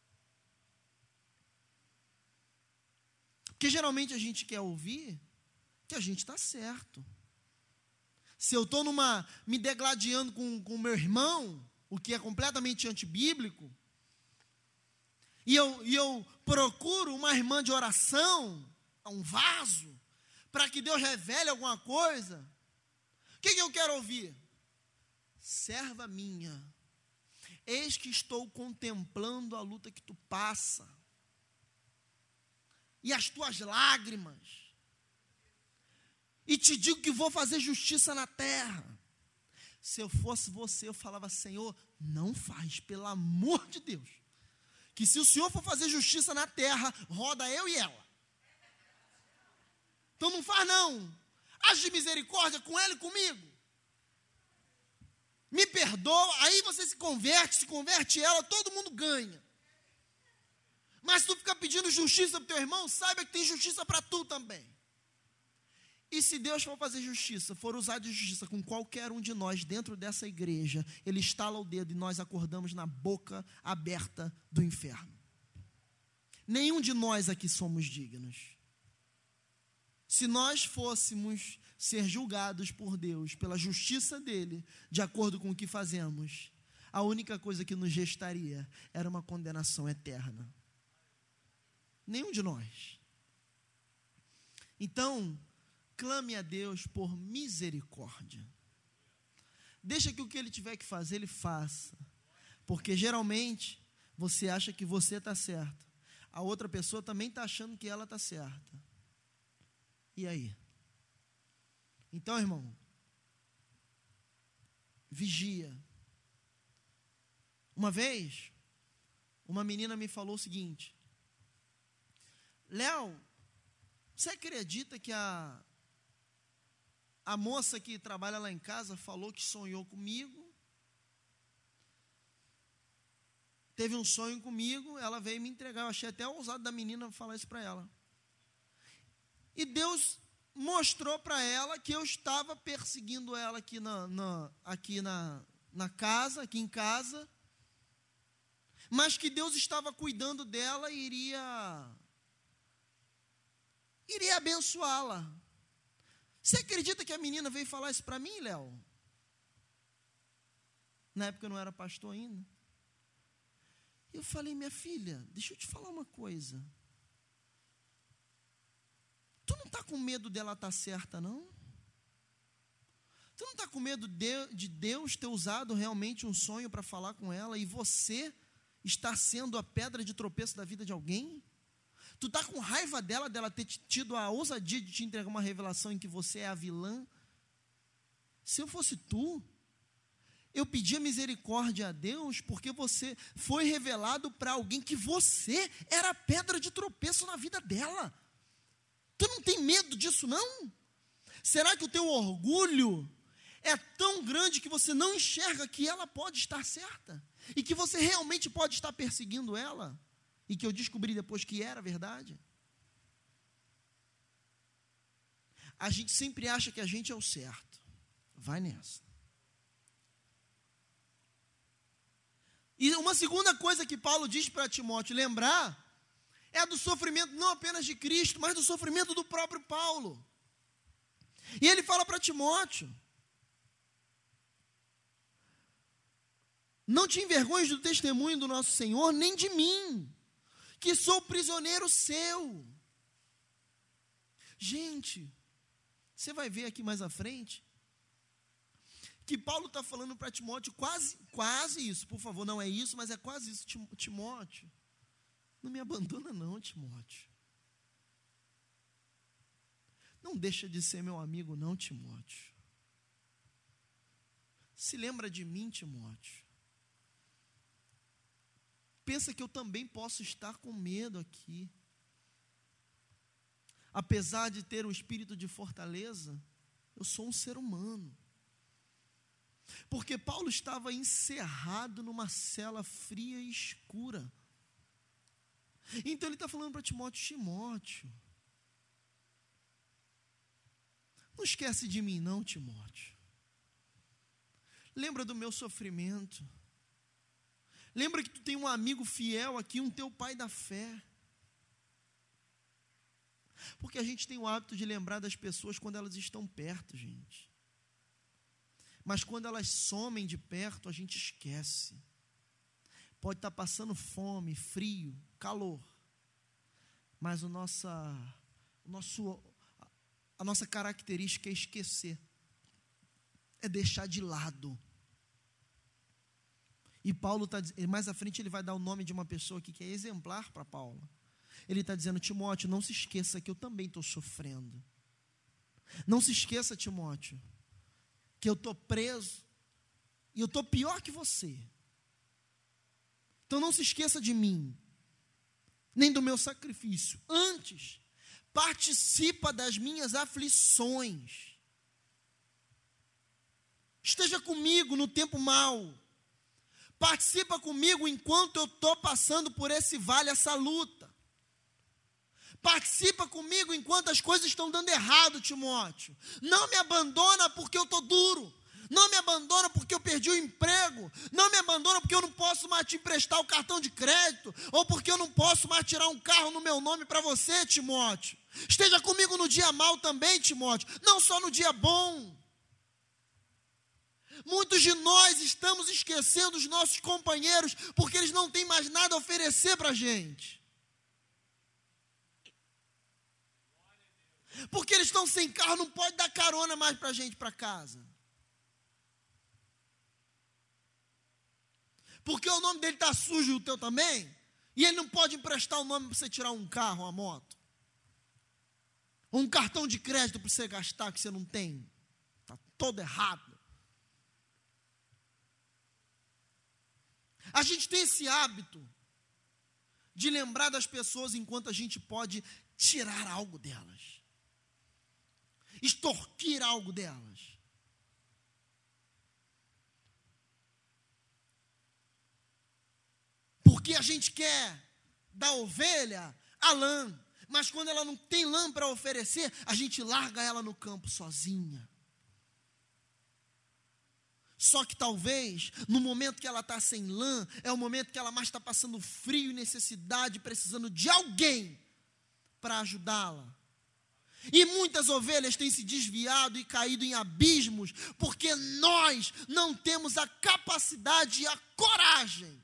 Porque geralmente a gente quer ouvir que a gente está certo. Se eu estou numa, me degladiando com o meu irmão, o que é completamente antibíblico, e eu, e eu procuro uma irmã de oração, um vaso, para que Deus revele alguma coisa, o que, que eu quero ouvir? Serva minha, eis que estou contemplando a luta que tu passa, e as tuas lágrimas, e te digo que vou fazer justiça na terra. Se eu fosse você, eu falava, Senhor, não faz, pelo amor de Deus, que se o Senhor for fazer justiça na terra, roda eu e ela. Então não faz não, age de misericórdia com ela e comigo, me perdoa, aí você se converte, se converte ela, todo mundo ganha. Mas se tu ficar pedindo justiça para o teu irmão, saiba que tem justiça para tu também. E se Deus for fazer justiça, for usar de justiça com qualquer um de nós dentro dessa igreja, Ele estala o dedo e nós acordamos na boca aberta do inferno. Nenhum de nós aqui somos dignos. Se nós fôssemos ser julgados por Deus, pela justiça dEle, de acordo com o que fazemos, a única coisa que nos restaria era uma condenação eterna. Nenhum de nós. Então, clame a Deus por misericórdia. Deixa que o que Ele tiver que fazer, Ele faça. Porque geralmente, você acha que você está certo. A outra pessoa também está achando que ela está certa. E aí? Então, irmão, vigia. Uma vez, uma menina me falou o seguinte: Léo, você acredita que a, a moça que trabalha lá em casa falou que sonhou comigo? Teve um sonho comigo, ela veio me entregar. Eu achei até ousado da menina falar isso para ela. E Deus mostrou para ela que eu estava perseguindo ela aqui, na, na, aqui na, na casa, aqui em casa, mas que Deus estava cuidando dela e iria... iria abençoá-la. Você acredita que a menina veio falar isso para mim, Léo? Na época eu não era pastor ainda. Eu falei, minha filha, deixa eu te falar uma coisa. Tu não está com medo dela estar certa, não? Tu não está com medo de, de Deus ter usado realmente um sonho para falar com ela e você estar sendo a pedra de tropeço da vida de alguém? Tu está com raiva dela, dela ter tido a ousadia de te entregar uma revelação em que você é a vilã? Se eu fosse tu, eu pedia misericórdia a Deus, porque você foi revelado para alguém que você era a pedra de tropeço na vida dela. Tu não tem medo disso, não? Será que o teu orgulho é tão grande que você não enxerga que ela pode estar certa? E que você realmente pode estar perseguindo ela? E que eu descobri depois que era verdade? A gente sempre acha que a gente é o certo. Vai nessa. E uma segunda coisa que Paulo diz para Timóteo lembrar é do sofrimento não apenas de Cristo, mas do sofrimento do próprio Paulo. E ele fala para Timóteo: não te envergonhes do testemunho do nosso Senhor, nem de mim, que sou prisioneiro seu. Gente, você vai ver aqui mais à frente que Paulo está falando para Timóteo quase, quase isso, por favor, não é isso, mas é quase isso. Timóteo, não me abandona não, Timóteo. Não deixa de ser meu amigo não, Timóteo. Se lembra de mim, Timóteo. Pensa que eu também posso estar com medo aqui. Apesar de ter um espírito de fortaleza, eu sou um ser humano. Porque Paulo estava encerrado numa cela fria e escura. Então ele está falando para Timóteo: Timóteo, Não esquece de mim não, Timóteo. Lembra do meu sofrimento. Lembra que tu tem um amigo fiel aqui, um teu pai da fé. Porque a gente tem o hábito de lembrar das pessoas quando elas estão perto, gente. Mas quando elas somem de perto, a gente esquece. Pode estar passando fome, frio, calor. Mas o nossa, o nosso, a nossa característica é esquecer. É deixar de lado. E Paulo está, mais à frente ele vai dar o nome de uma pessoa aqui que é exemplar para Paulo. Ele está dizendo: Timóteo, não se esqueça que eu também estou sofrendo. Não se esqueça, Timóteo, que eu estou preso e eu estou pior que você. Então não se esqueça de mim, nem do meu sacrifício. Antes, participa das minhas aflições. Esteja comigo no tempo mau. Participa comigo enquanto eu estou passando por esse vale, essa luta. Participa comigo enquanto as coisas estão dando errado, Timóteo. Não me abandona porque eu estou duro. Não me abandona porque eu perdi o emprego. Não me abandona porque eu não posso mais te emprestar o cartão de crédito. Ou porque eu não posso mais tirar um carro no meu nome para você, Timóteo. Esteja comigo no dia mau também, Timóteo. Não só no dia bom. Muitos de nós estamos esquecendo os nossos companheiros porque eles não têm mais nada a oferecer para a gente. Porque eles estão sem carro, não pode dar carona mais para a gente para casa. Porque o nome dele está sujo e o teu também, e ele não pode emprestar o nome para você tirar um carro, uma moto. Ou um cartão de crédito para você gastar que você não tem. Está todo errado. A gente tem esse hábito de lembrar das pessoas enquanto a gente pode tirar algo delas. Extorquir algo delas. Porque a gente quer da ovelha a lã, mas quando ela não tem lã para oferecer, a gente larga ela no campo sozinha. Só que talvez, no momento que ela está sem lã, é o momento que ela mais está passando frio e necessidade, precisando de alguém para ajudá-la. E muitas ovelhas têm se desviado e caído em abismos, porque nós não temos a capacidade e a coragem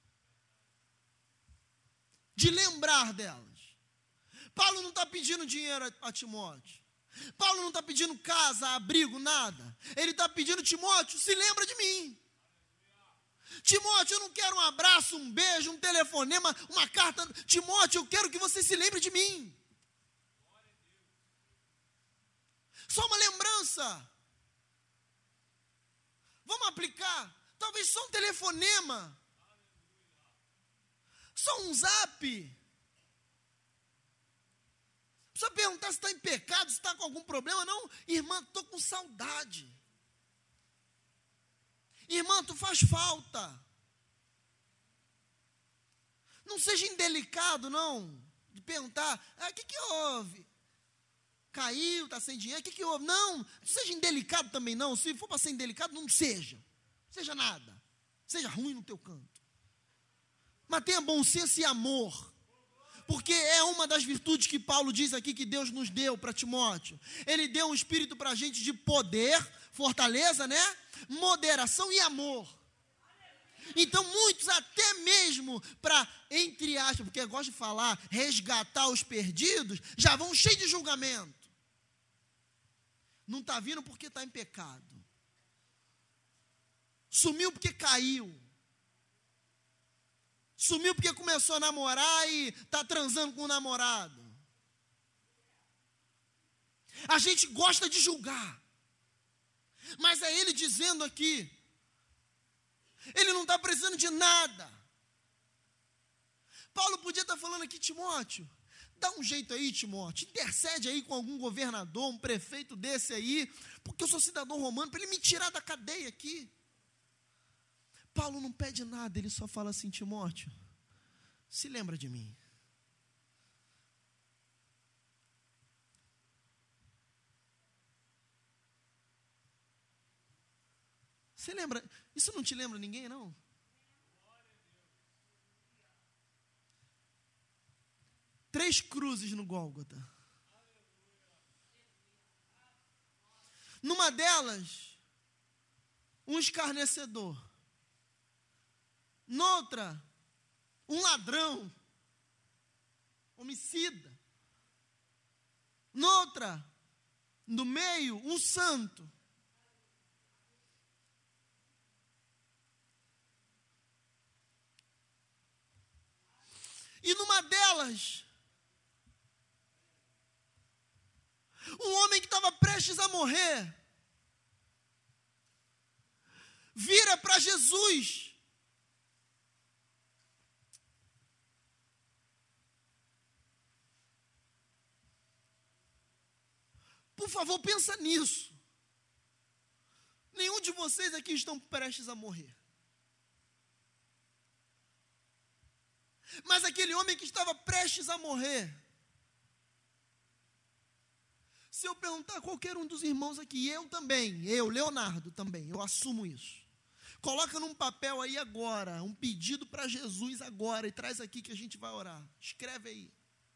de lembrar delas. Paulo não está pedindo dinheiro a, a Timóteo. Paulo não está pedindo casa, abrigo, nada. Ele está pedindo: Timóteo, se lembra de mim. Timóteo, eu não quero um abraço, um beijo, um telefonema, uma carta. Timóteo, eu quero que você se lembre de mim. Só uma lembrança. Vamos aplicar. Talvez só um telefonema. Só um zap. Precisa perguntar se está em pecado, se está com algum problema. Não, irmã, estou com saudade. Irmã, tu faz falta. Não seja indelicado, não, de perguntar: o ah, que, que houve? Caiu, está sem dinheiro, o que, que houve? Não, não seja indelicado também não. Se for para ser indelicado, não seja. Não seja nada. Seja ruim no teu canto. Mas tenha bom senso e amor. Porque é uma das virtudes que Paulo diz aqui que Deus nos deu para Timóteo. Ele deu um espírito para a gente de poder, fortaleza, né? Moderação e amor. Então muitos até mesmo para, entre aspas, porque eu gosto de falar, resgatar os perdidos, já vão cheios de julgamento. Não está vindo porque está em pecado. Sumiu porque caiu. Sumiu porque começou a namorar e está transando com o namorado. A gente gosta de julgar. Mas é ele dizendo aqui, ele não está precisando de nada. Paulo podia estar falando aqui: Timóteo, dá um jeito aí, Timóteo, intercede aí com algum governador, um prefeito desse aí, porque eu sou cidadão romano, para ele me tirar da cadeia aqui. Paulo não pede nada, ele só fala assim: Timóteo, se lembra de mim. Você lembra? Isso não te lembra ninguém, não? Três cruzes no Gólgota. Numa delas, um escarnecedor. Noutra, um ladrão, homicida. Noutra, no meio, um santo. E numa delas, um homem que estava prestes a morrer, vira para Jesus. Por favor, pensa nisso. Nenhum de vocês aqui estão prestes a morrer. Mas aquele homem que estava prestes a morrer, se eu perguntar a qualquer um dos irmãos aqui, eu também, eu, Leonardo também, eu assumo isso. Coloca num papel aí agora, um pedido para Jesus agora, e traz aqui que a gente vai orar. Escreve aí.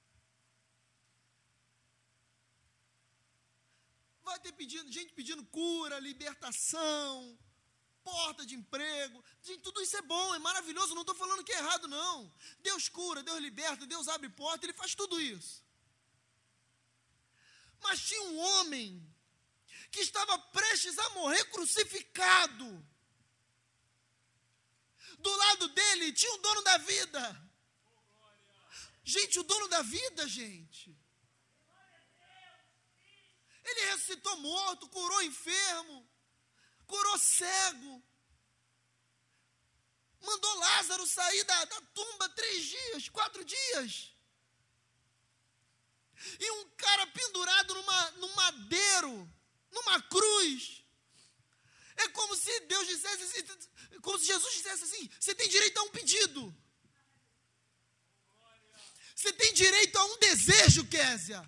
Vai ter pedindo, gente pedindo cura, libertação, porta de emprego. Gente, tudo isso é bom, é maravilhoso, não estou falando que é errado, não. Deus cura, Deus liberta, Deus abre porta, Ele faz tudo isso. Mas tinha um homem que estava prestes a morrer crucificado. Do lado dele tinha o dono da vida. Gente, o dono da vida, gente. Ele ressuscitou morto, curou enfermo, curou cego. Mandou Lázaro sair da, da tumba três dias, quatro dias. E um cara pendurado numa, num madeiro, numa cruz. É como se Deus dissesse assim, como se Jesus dissesse assim, você tem direito a um pedido. Você tem direito a um desejo, Késia.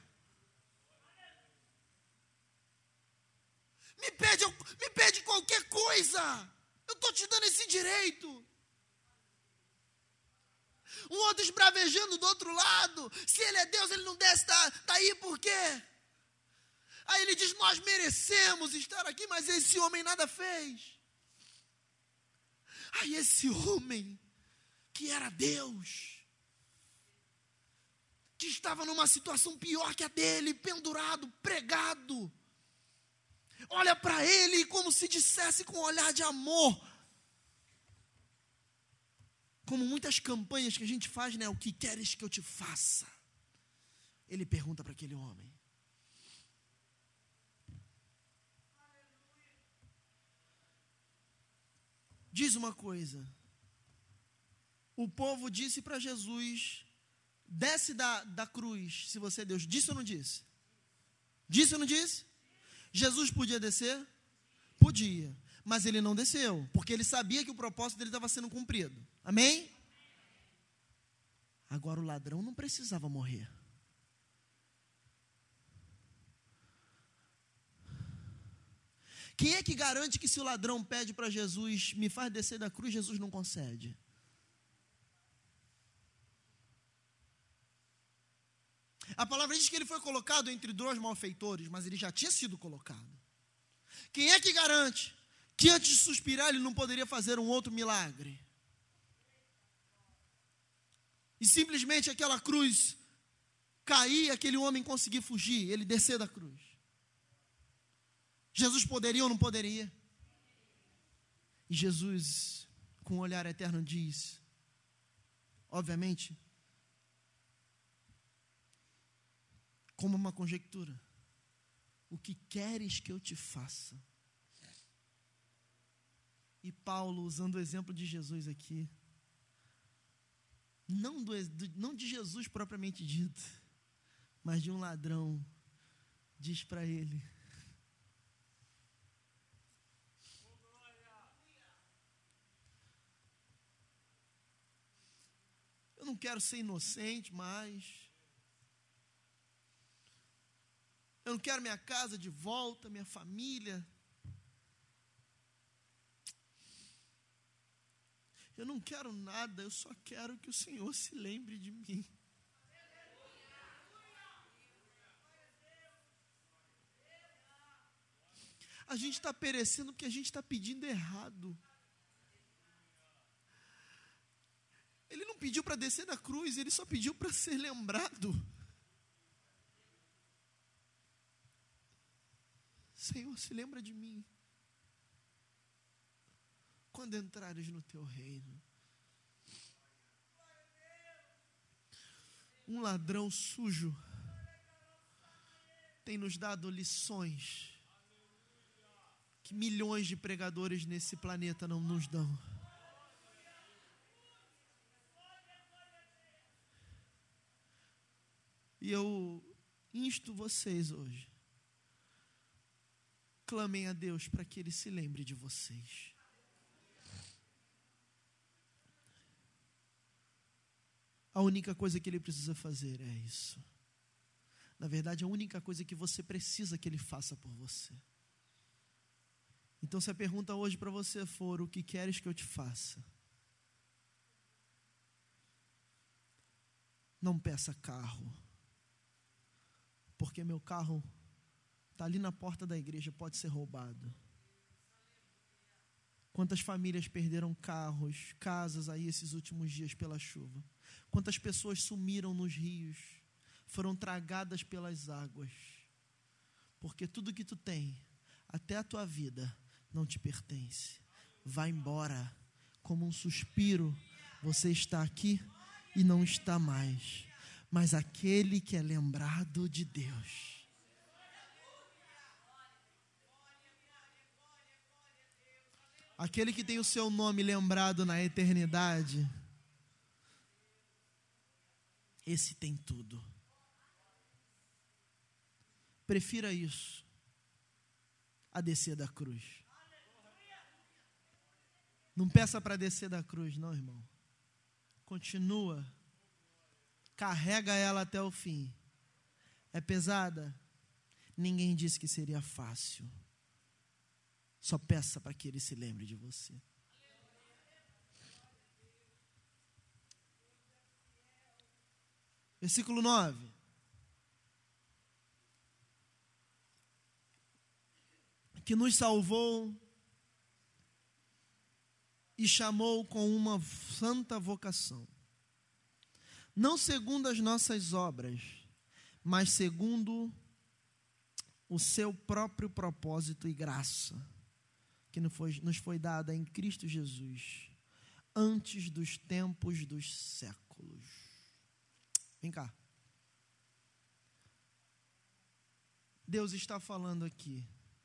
Me pede, me pede qualquer coisa. Eu estou te dando esse direito. Um outro esbravejando do outro lado. Se ele é Deus, ele não desce daí por quê? Aí ele diz, nós merecemos estar aqui, mas esse homem nada fez. Aí esse homem, que era Deus, que estava numa situação pior que a dele, pendurado, pregado, olha para ele como se dissesse com um olhar de amor. Como muitas campanhas que a gente faz, né? O que queres que eu te faça? Ele pergunta para aquele homem. Diz uma coisa. O povo disse para Jesus, desce da, da cruz, se você é Deus. Disse ou não disse? Disse ou não disse? Jesus podia descer? Podia. Mas ele não desceu, porque ele sabia que o propósito dele estava sendo cumprido. Amém? Agora o ladrão não precisava morrer. Quem é que garante que se o ladrão pede para Jesus, me faz descer da cruz, Jesus não concede? A palavra diz que ele foi colocado entre dois malfeitores, mas ele já tinha sido colocado. Quem é que garante que antes de suspirar ele não poderia fazer um outro milagre? E simplesmente aquela cruz cair, aquele homem conseguir fugir, ele descer da cruz. Jesus poderia ou não poderia? E Jesus, com um olhar eterno, diz, obviamente, como uma conjectura, o que queres que eu te faça? E Paulo, usando o exemplo de Jesus aqui, não, do, não de Jesus propriamente dito, mas de um ladrão, diz para ele, eu não quero ser inocente mais, eu não quero minha casa de volta, minha família. Eu não quero nada, eu só quero que o Senhor se lembre de mim. A gente está perecendo porque a gente está pedindo errado. Ele não pediu para descer da cruz, ele só pediu para ser lembrado. Senhor, se lembra de mim quando entrares no teu reino. Um ladrão sujo tem nos dado lições que milhões de pregadores nesse planeta não nos dão. E eu insto vocês hoje, clamem a Deus para que Ele se lembre de vocês. A única coisa que Ele precisa fazer é isso. Na verdade, a única coisa que você precisa que Ele faça por você. Então, se a pergunta hoje para você for: o que queres que eu te faça? Não peça carro, porque meu carro está ali na porta da igreja, pode ser roubado. Quantas famílias perderam carros, casas aí esses últimos dias pela chuva? Quantas pessoas sumiram nos rios, foram tragadas pelas águas? Porque tudo que tu tem, até a tua vida, não te pertence. Vai embora, como um suspiro. Você está aqui e não está mais. Mas aquele que é lembrado de Deus, aquele que tem o seu nome lembrado na eternidade, esse tem tudo. Prefira isso a descer da cruz. Não peça para descer da cruz, não, irmão. Continua. Carrega ela até o fim. É pesada? Ninguém disse que seria fácil. Só peça para que Ele se lembre de você. Versículo nove. Que nos salvou e chamou com uma santa vocação, não segundo as nossas obras, mas segundo o seu próprio propósito e graça, que nos foi, nos foi dada em Cristo Jesus, antes dos tempos dos séculos. Vem cá. Deus está falando aqui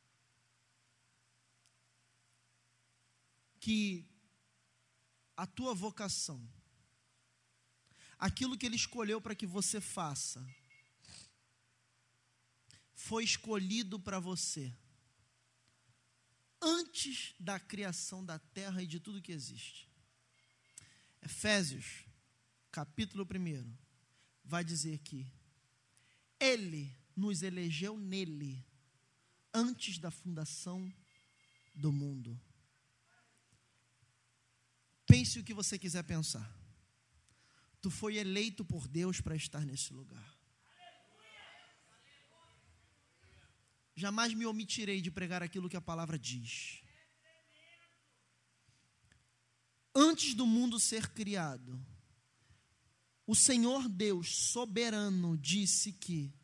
que a tua vocação, aquilo que Ele escolheu para que você faça, foi escolhido para você antes da criação da terra e de tudo que existe. Efésios, capítulo um, vai dizer que Ele nos elegeu nele antes da fundação do mundo. Pense o que você quiser pensar. Tu foi eleito por Deus para estar nesse lugar. Jamais me omitirei de pregar aquilo que a palavra diz. Antes do mundo ser criado, o Senhor Deus soberano disse que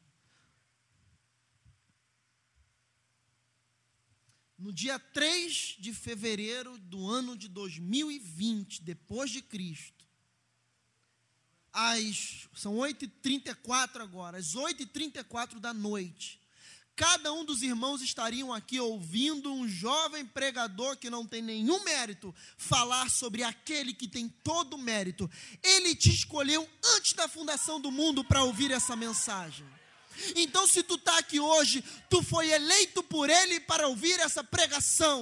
no dia três de fevereiro do ano de dois mil e vinte, depois de Cristo, às, são oito e trinta e quatro agora, às oito e trinta e quatro da noite, cada um dos irmãos estariam aqui ouvindo um jovem pregador que não tem nenhum mérito falar sobre aquele que tem todo o mérito. Ele te escolheu antes da fundação do mundo para ouvir essa mensagem. Então, se tu está aqui hoje, tu foi eleito por Ele para ouvir essa pregação.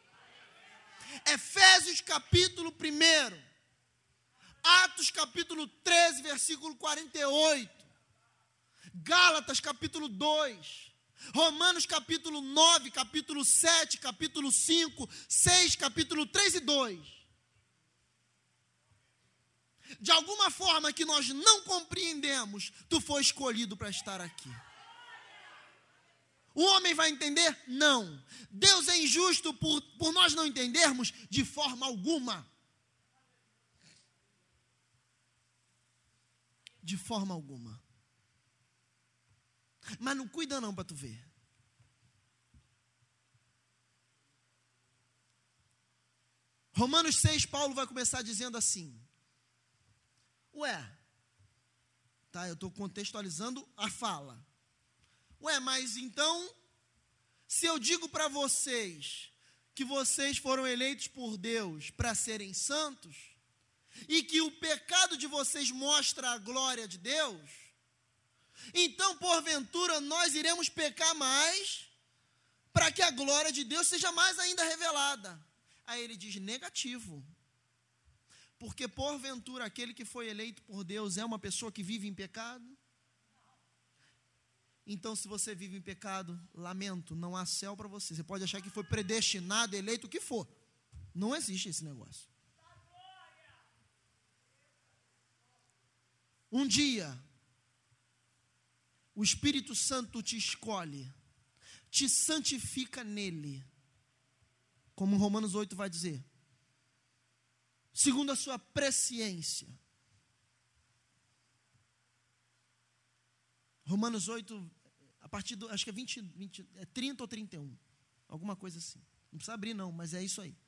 Efésios capítulo um, Atos capítulo treze, versículo quarenta e oito, Gálatas capítulo dois, Romanos capítulo nove, capítulo sete, capítulo cinco, seis, capítulo três e dois. De alguma forma que nós não compreendemos, tu foi escolhido para estar aqui. O homem vai entender? Não. Deus é injusto por, por nós não entendermos de forma alguma. De forma alguma. Mas não cuida não para tu ver. Romanos seis, Paulo vai começar dizendo assim. Ué, tá, eu estou contextualizando a fala. Ué, mas então, se eu digo para vocês que vocês foram eleitos por Deus para serem santos, e que o pecado de vocês mostra a glória de Deus, então, porventura, nós iremos pecar mais, para que a glória de Deus seja mais ainda revelada. Aí ele diz, negativo. Porque, porventura, aquele que foi eleito por Deus é uma pessoa que vive em pecado? Então, se você vive em pecado, lamento, não há céu para você. Você pode achar que foi predestinado, eleito, o que for. Não existe esse negócio. Um dia, o Espírito Santo te escolhe, te santifica nele, como Romanos oito vai dizer, segundo a sua presciência. Romanos oito, a partir do, acho que é vinte, vinte, é trinta ou trinta e um, alguma coisa assim. Não precisa abrir não, mas é isso aí.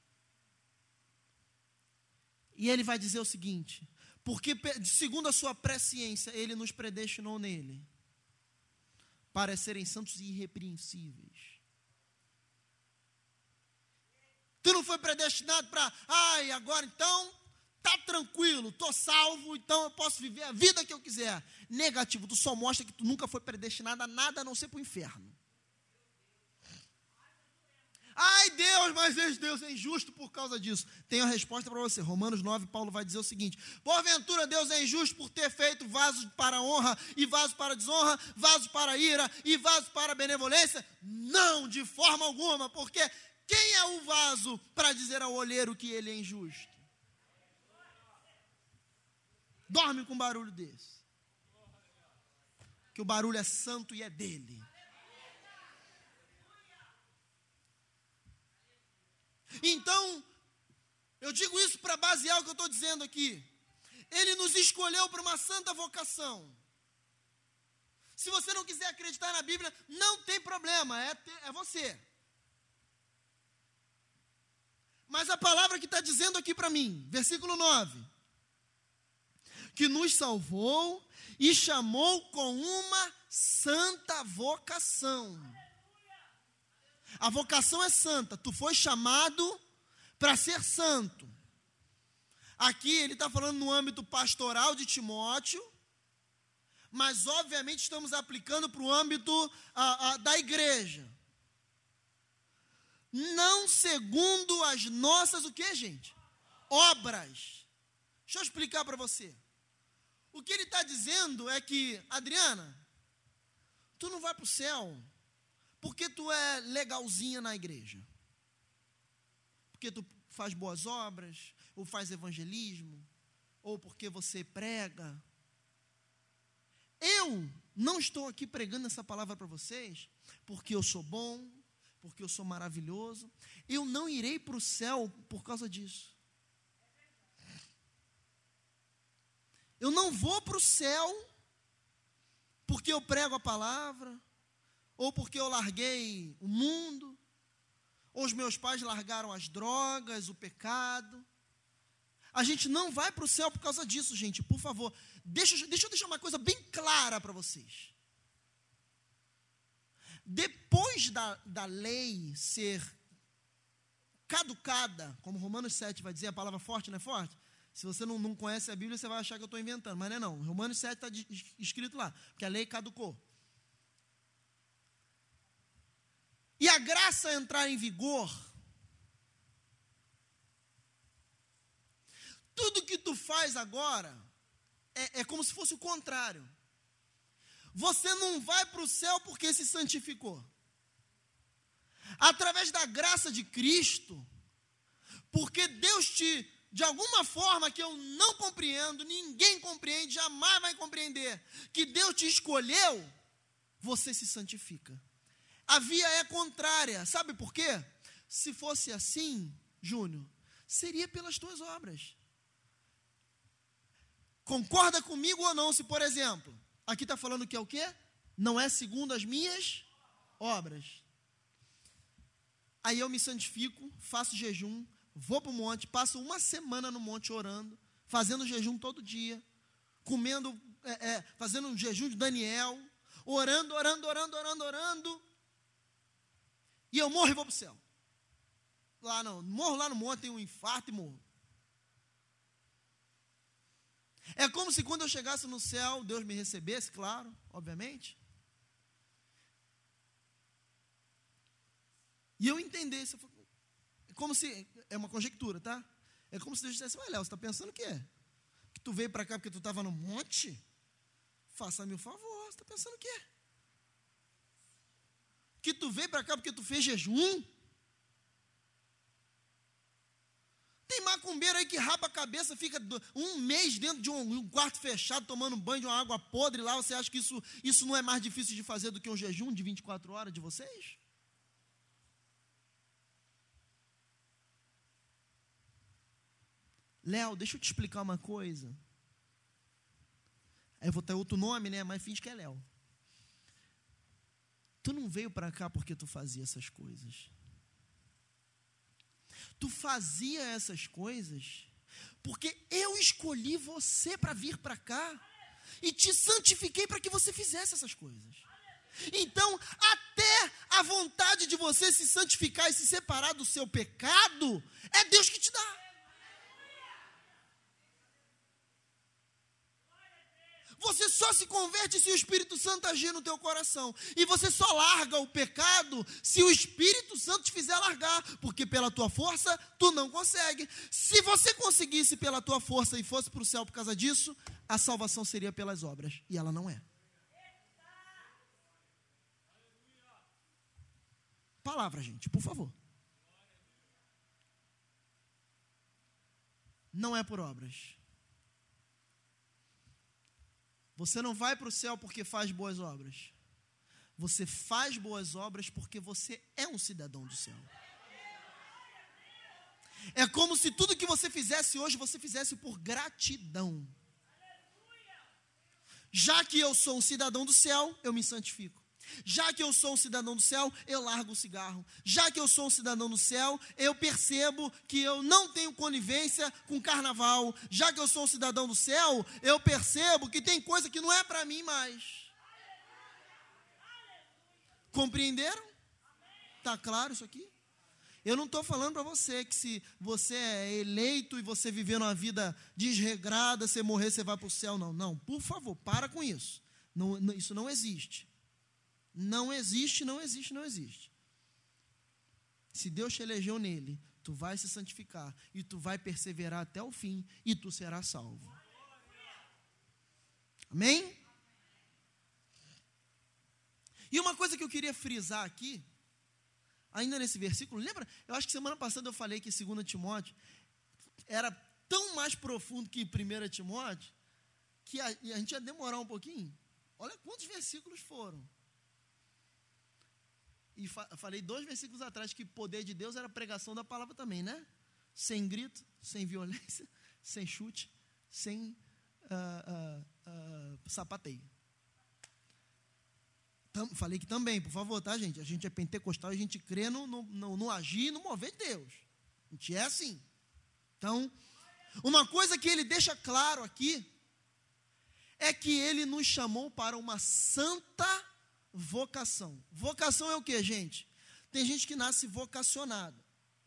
E ele vai dizer o seguinte, porque segundo a sua presciência, ele nos predestinou nele, para serem santos e irrepreensíveis. Tu não foi predestinado para, ai, agora então, tá tranquilo, tô salvo, então eu posso viver a vida que eu quiser. Negativo, tu só mostra que tu nunca foi predestinado a nada a não ser para o inferno. Ai Deus, mas Deus é injusto por causa disso. Tenho a resposta para você. Romanos nove, Paulo vai dizer o seguinte: porventura Deus é injusto por ter feito vasos para honra e vasos para desonra, vasos para ira e vasos para benevolência? Não, de forma alguma, porque quem é o vaso para dizer ao olheiro que ele é injusto? Dorme com um barulho desse. Que o barulho é santo e é dele. Então, eu digo isso para basear o que eu estou dizendo aqui. Ele nos escolheu para uma santa vocação. Se você não quiser acreditar na Bíblia, não tem problema, é, é você. Mas a palavra que está dizendo aqui para mim, versículo nove, que nos salvou e chamou com uma santa vocação. A vocação é santa, tu foi chamado para ser santo. Aqui ele está falando no âmbito pastoral de Timóteo, mas obviamente estamos aplicando para o âmbito a, a, da igreja. Não segundo as nossas, o que, gente? Obras. Deixa eu explicar para você. O que ele está dizendo é que, Adriana, tu não vai para o céu porque tu é legalzinha na igreja, porque tu faz boas obras, ou faz evangelismo, ou porque você prega. Eu não estou aqui pregando essa palavra para vocês porque eu sou bom, porque eu sou maravilhoso. Eu não irei para o céu por causa disso. Eu não vou para o céu porque eu prego a palavra, ou porque eu larguei o mundo, ou os meus pais largaram as drogas, o pecado. A gente não vai para o céu por causa disso, gente, por favor. Deixa, deixa eu deixar uma coisa bem clara para vocês. Depois da, da lei ser caducada, como Romanos sete vai dizer, a palavra forte, não é forte? Se você não, não conhece a Bíblia, você vai achar que eu estou inventando, mas não é não. Romanos sete está escrito lá, porque a lei caducou. E a graça entrar em vigor, tudo que tu faz agora é, é como se fosse o contrário. Você não vai para o céu porque se santificou. Através da graça de Cristo, porque Deus te, de alguma forma que eu não compreendo, ninguém compreende, jamais vai compreender, que Deus te escolheu, você se santifica. A via é contrária, sabe por quê? Se fosse assim, Júnior, seria pelas tuas obras. Concorda comigo ou não, se por exemplo, aqui está falando que é o quê? Não é segundo as minhas obras. Aí eu me santifico, faço jejum, vou para o monte, passo uma semana no monte orando, fazendo jejum todo dia, comendo, é, é, fazendo um jejum de Daniel, orando, orando, orando, orando, orando, e eu morro e vou para o céu. Lá não, morro lá no monte, tenho um infarto e morro. É como se quando eu chegasse no céu, Deus me recebesse, claro, obviamente, e eu entendesse, é como se, é uma conjectura, tá? É como se Deus dissesse, olha, Léo, você está pensando o quê? Que tu veio para cá porque tu estava no monte? Faça-me o favor, você está pensando o quê? Que tu veio para cá porque tu fez jejum? Tem macumbeiro aí que rapa a cabeça, fica um mês dentro de um, um quarto fechado, tomando banho de uma água podre lá. Você acha que isso, isso não é mais difícil de fazer do que um jejum de vinte e quatro horas de vocês? Léo, deixa eu te explicar uma coisa. Aí eu vou ter outro nome, né? Mas finge que é Léo. Tu não veio para cá porque tu fazia essas coisas. Tu fazia essas coisas porque eu escolhi você para vir para cá e te santifiquei para que você fizesse essas coisas. Então, até a vontade de você se santificar e se separar do seu pecado, é Deus que te dá. Você só se converte se o Espírito Santo agir no teu coração. E você só larga o pecado se o Espírito Santo te fizer largar. Porque pela tua força, tu não consegue. Se você conseguisse pela tua força e fosse para o céu por causa disso, a salvação seria pelas obras. E ela não é. Palavra, gente, por favor. Não é por obras. Você não vai para o céu porque faz boas obras. Você faz boas obras porque você é um cidadão do céu. É como se tudo que você fizesse hoje, você fizesse por gratidão. Já que eu sou um cidadão do céu, eu me santifico. Já que eu sou um cidadão do céu, eu largo o cigarro. Já que eu sou um cidadão do céu, eu percebo que eu não tenho conivência com carnaval. Já que eu sou um cidadão do céu, eu percebo que tem coisa que não é para mim mais. Compreenderam? Está claro isso aqui? Eu não estou falando para você que se você é eleito e você viver uma vida desregrada, você morrer, você vai para o céu. Não, não, por favor, para com isso. Não, não, isso não existe. Não existe, não existe, não existe. Se Deus te elegeu nele, tu vai se santificar e tu vai perseverar até o fim e tu serás salvo. Amém? E uma coisa que eu queria frisar aqui, ainda nesse versículo, lembra? Eu acho que semana passada eu falei que Segunda Timóteo era tão mais profundo que Primeira Timóteo, que a, a gente ia demorar um pouquinho. Olha quantos versículos foram. E fa- falei dois versículos atrás que o poder de Deus era a pregação da palavra também, né? Sem grito, sem violência, sem chute, sem uh, uh, uh, sapateio. Tam, falei que também, por favor, tá, gente? A gente é pentecostal e a gente crê no, no, no, no agir e no mover de Deus. A gente é assim. Então, uma coisa que ele deixa claro aqui é que ele nos chamou para uma santa vocação. Vocação é o que, gente? Tem gente que nasce vocacionado.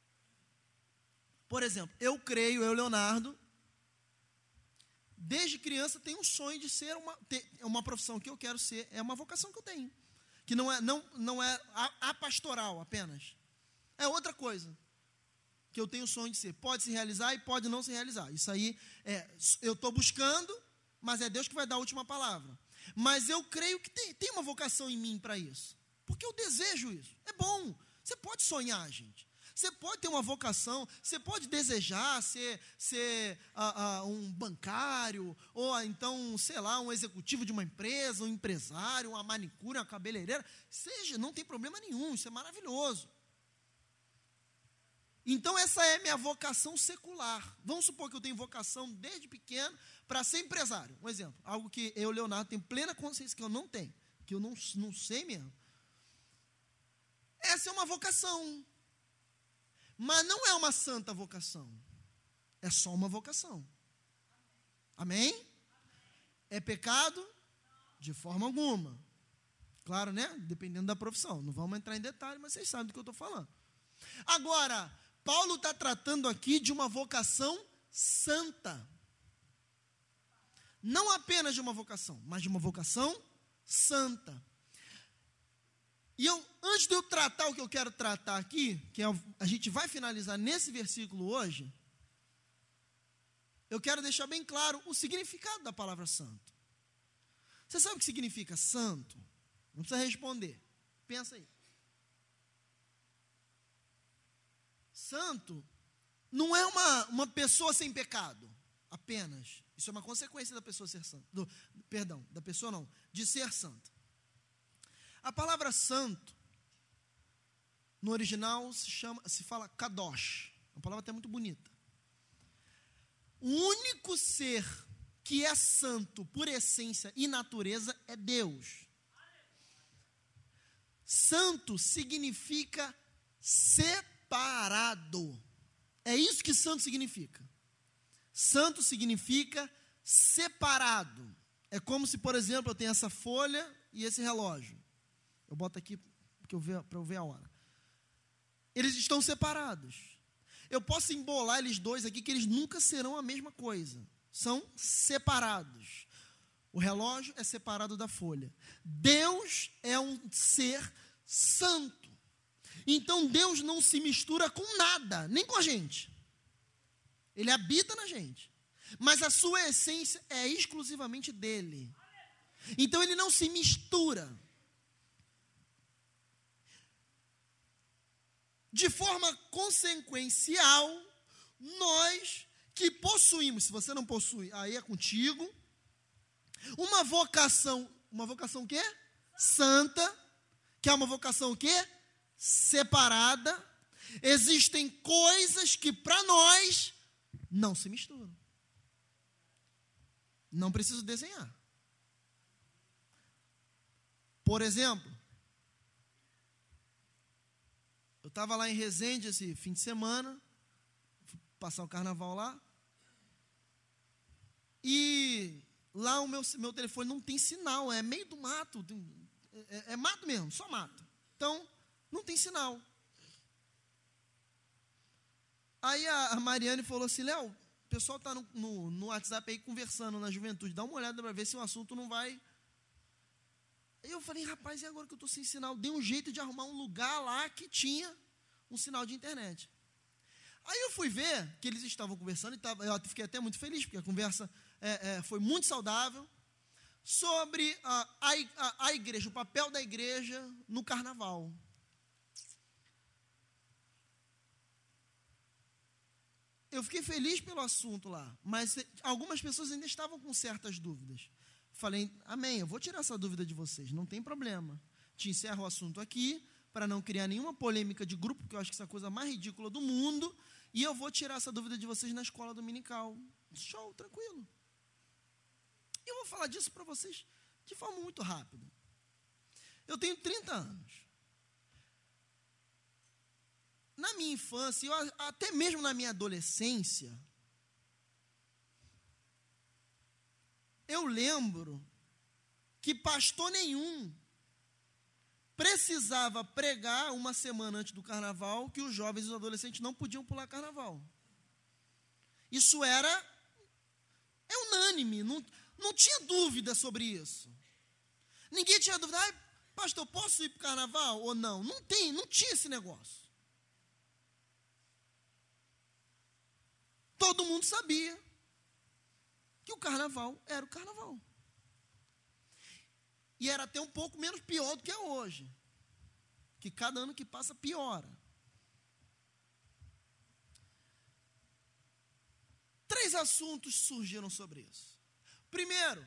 Por exemplo, eu creio, eu, Leonardo, desde criança tenho um sonho de ser uma, ter, uma profissão que eu quero ser, é uma vocação que eu tenho. Que não é, não, não é a, a pastoral apenas. É outra coisa que eu tenho o sonho de ser. Pode se realizar e pode não se realizar. Isso aí, é, eu estou buscando, mas é Deus que vai dar a última palavra. Mas eu creio que tem, tem uma vocação em mim para isso. Porque eu desejo isso. É bom. Você pode sonhar, gente. Você pode ter uma vocação, você pode desejar ser, ser uh, uh, um bancário, ou então, sei lá, um executivo de uma empresa, um empresário, uma manicure, uma cabeleireira, seja, não tem problema nenhum, isso é maravilhoso. Então essa é minha vocação secular. Vamos supor que eu tenho vocação desde pequeno para ser empresário. Um exemplo, algo que eu, Leonardo, tenho plena consciência que eu não tenho, que eu não, não sei mesmo. Essa é uma vocação. Mas não é uma santa vocação. É só uma vocação. Amém? É pecado? De forma alguma. Claro, né? Dependendo da profissão. Não vamos entrar em detalhe, mas vocês sabem do que eu estou falando. Agora, Paulo está tratando aqui de uma vocação santa. Não apenas de uma vocação, mas de uma vocação santa. E eu, antes de eu tratar o que eu quero tratar aqui, que é, a gente vai finalizar nesse versículo hoje, eu quero deixar bem claro o significado da palavra santo. Você sabe o que significa santo? Não precisa responder. Pensa aí. Santo não é uma, uma pessoa sem pecado, apenas. Isso é uma consequência da pessoa ser santa. Do, perdão, da pessoa não, de ser santa. A palavra santo, no original, se chama, se fala kadosh. Uma palavra até muito bonita. O único ser que é santo por essência e natureza é Deus. Santo significa separado. É isso que santo significa. Santo significa separado. É como se, por exemplo, eu tenho essa folha e esse relógio. Eu boto aqui para eu ver a hora. Eles estão separados. Eu posso embolar eles dois aqui, que eles nunca serão a mesma coisa. São separados. O relógio é separado da folha. Deus é um ser santo. Então Deus não se mistura com nada, nem com a gente. Ele habita na gente. Mas a sua essência é exclusivamente dele. Então ele não se mistura. De forma consequencial, nós que possuímos, se você não possui, aí é contigo, uma vocação, uma vocação o quê? Santa, que é uma vocação o quê? Separada. Existem coisas que para nós não se misturam. Não preciso desenhar. Por exemplo, eu estava lá em Resende esse fim de semana, fui passar o carnaval lá, e lá o meu, meu telefone não tem sinal, é meio do mato, tem, é, é mato mesmo, só mato. Então, não tem sinal. Aí a, a Mariane falou assim, Léo, o pessoal está no, no, no WhatsApp aí conversando na juventude, dá uma olhada para ver se o assunto não vai... Aí eu falei, rapaz, e agora que eu estou sem sinal? Dei um jeito de arrumar um lugar lá que tinha um sinal de internet. Aí eu fui ver que eles estavam conversando, e tava, eu fiquei até muito feliz, porque a conversa é, é, foi muito saudável, sobre a, a, a igreja, o papel da igreja no carnaval. Eu fiquei feliz pelo assunto lá, mas algumas pessoas ainda estavam com certas dúvidas. Falei, amém, eu vou tirar essa dúvida de vocês, não tem problema. Te encerro o assunto aqui, para não criar nenhuma polêmica de grupo, porque eu acho que essa é a coisa mais ridícula do mundo, e eu vou tirar essa dúvida de vocês na escola dominical. Show, tranquilo. E eu vou falar disso para vocês de forma muito rápida. Eu tenho trinta anos. Na minha infância, eu, até mesmo na minha adolescência, eu lembro que pastor nenhum precisava pregar uma semana antes do carnaval que os jovens e os adolescentes não podiam pular carnaval. Isso era é unânime, não, não tinha dúvida sobre isso. Ninguém tinha dúvida, ah, pastor, posso ir para o carnaval ou não? Não tem, não tinha esse negócio. Todo mundo sabia que o carnaval era o carnaval. E era até um pouco menos pior do que é hoje. Que cada ano que passa piora. três assuntos surgiram sobre isso. Primeiro,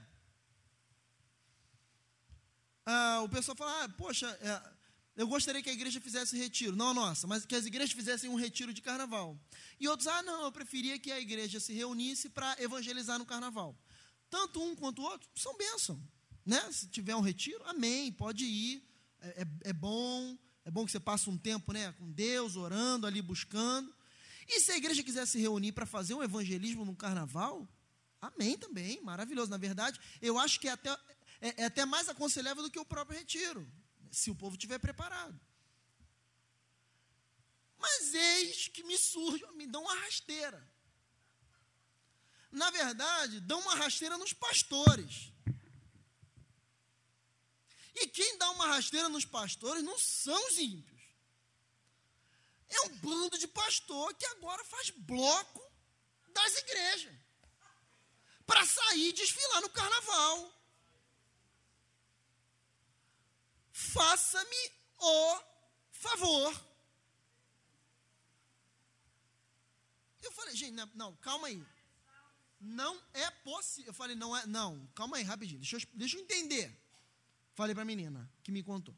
ah, o pessoal fala, ah, poxa, é, eu gostaria que a igreja fizesse retiro. Não a nossa, mas que as igrejas fizessem um retiro de carnaval. E outros, ah, não, eu preferia que a igreja se reunisse para evangelizar no carnaval. Tanto um quanto o outro são bênção, né? Se tiver um retiro, amém, pode ir, é, é, é bom, é bom que você passe um tempo, né, com Deus, orando ali, buscando. E se a igreja quiser se reunir para fazer um evangelismo no carnaval, amém também, maravilhoso. Na verdade, eu acho que é até, é, é até mais aconselhável do que o próprio retiro, se o povo estiver preparado. Mas eis que me surge, me dão uma rasteira. Na verdade, dão uma rasteira nos pastores. E quem dá uma rasteira nos pastores não são os ímpios. É um bando de pastor que agora faz bloco das igrejas para sair e desfilar no carnaval. Faça-me o favor. Eu falei, gente, não, não, calma aí. Não é possível. Eu falei, não é, não, calma aí, rapidinho, deixa eu, deixa eu entender. Falei para a menina que me contou.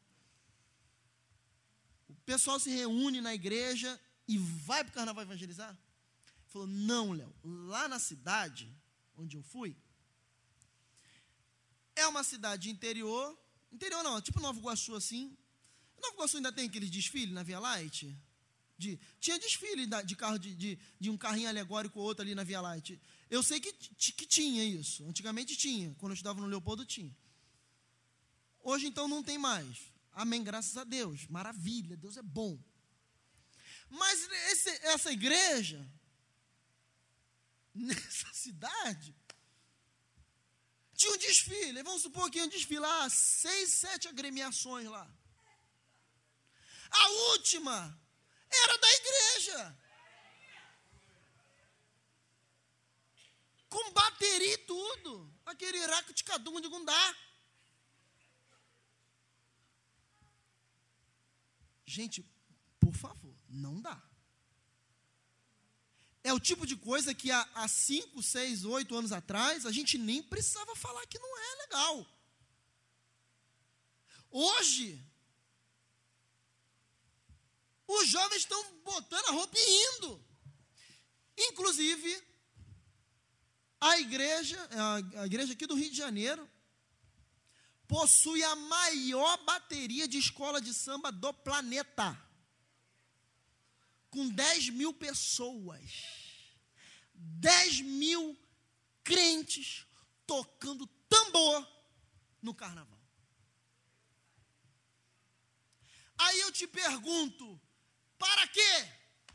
O pessoal se reúne na igreja e vai para o carnaval evangelizar? Falou, não, Léo, lá na cidade onde eu fui, é uma cidade interior, interior não, tipo Nova Iguaçu assim. Nova Iguaçu ainda tem aqueles desfiles na Via Light? De, tinha desfile de carro de, de, de um carrinho alegórico ou outro ali na Via Light. Eu sei que, que tinha isso, antigamente tinha, quando eu estudava no Leopoldo tinha. Hoje então não tem mais. Amém, graças a Deus, maravilha, Deus é bom. Mas esse, essa igreja, nessa cidade, tinha um desfile, vamos supor que iam desfilar seis, sete agremiações lá. A última era da igreja. Com bateria e tudo. Aquele iraque de cadum de Gundá. Gente, por favor, não dá. É o tipo de coisa que há, há cinco, seis, oito anos atrás, a gente nem precisava falar que não é legal. Hoje, os jovens estão botando a roupa e indo. Inclusive, a igreja, a, a igreja aqui do Rio de Janeiro, possui a maior bateria de escola de samba do planeta. Com dez mil pessoas. dez mil crentes tocando tambor no carnaval. Aí eu te pergunto, para quê?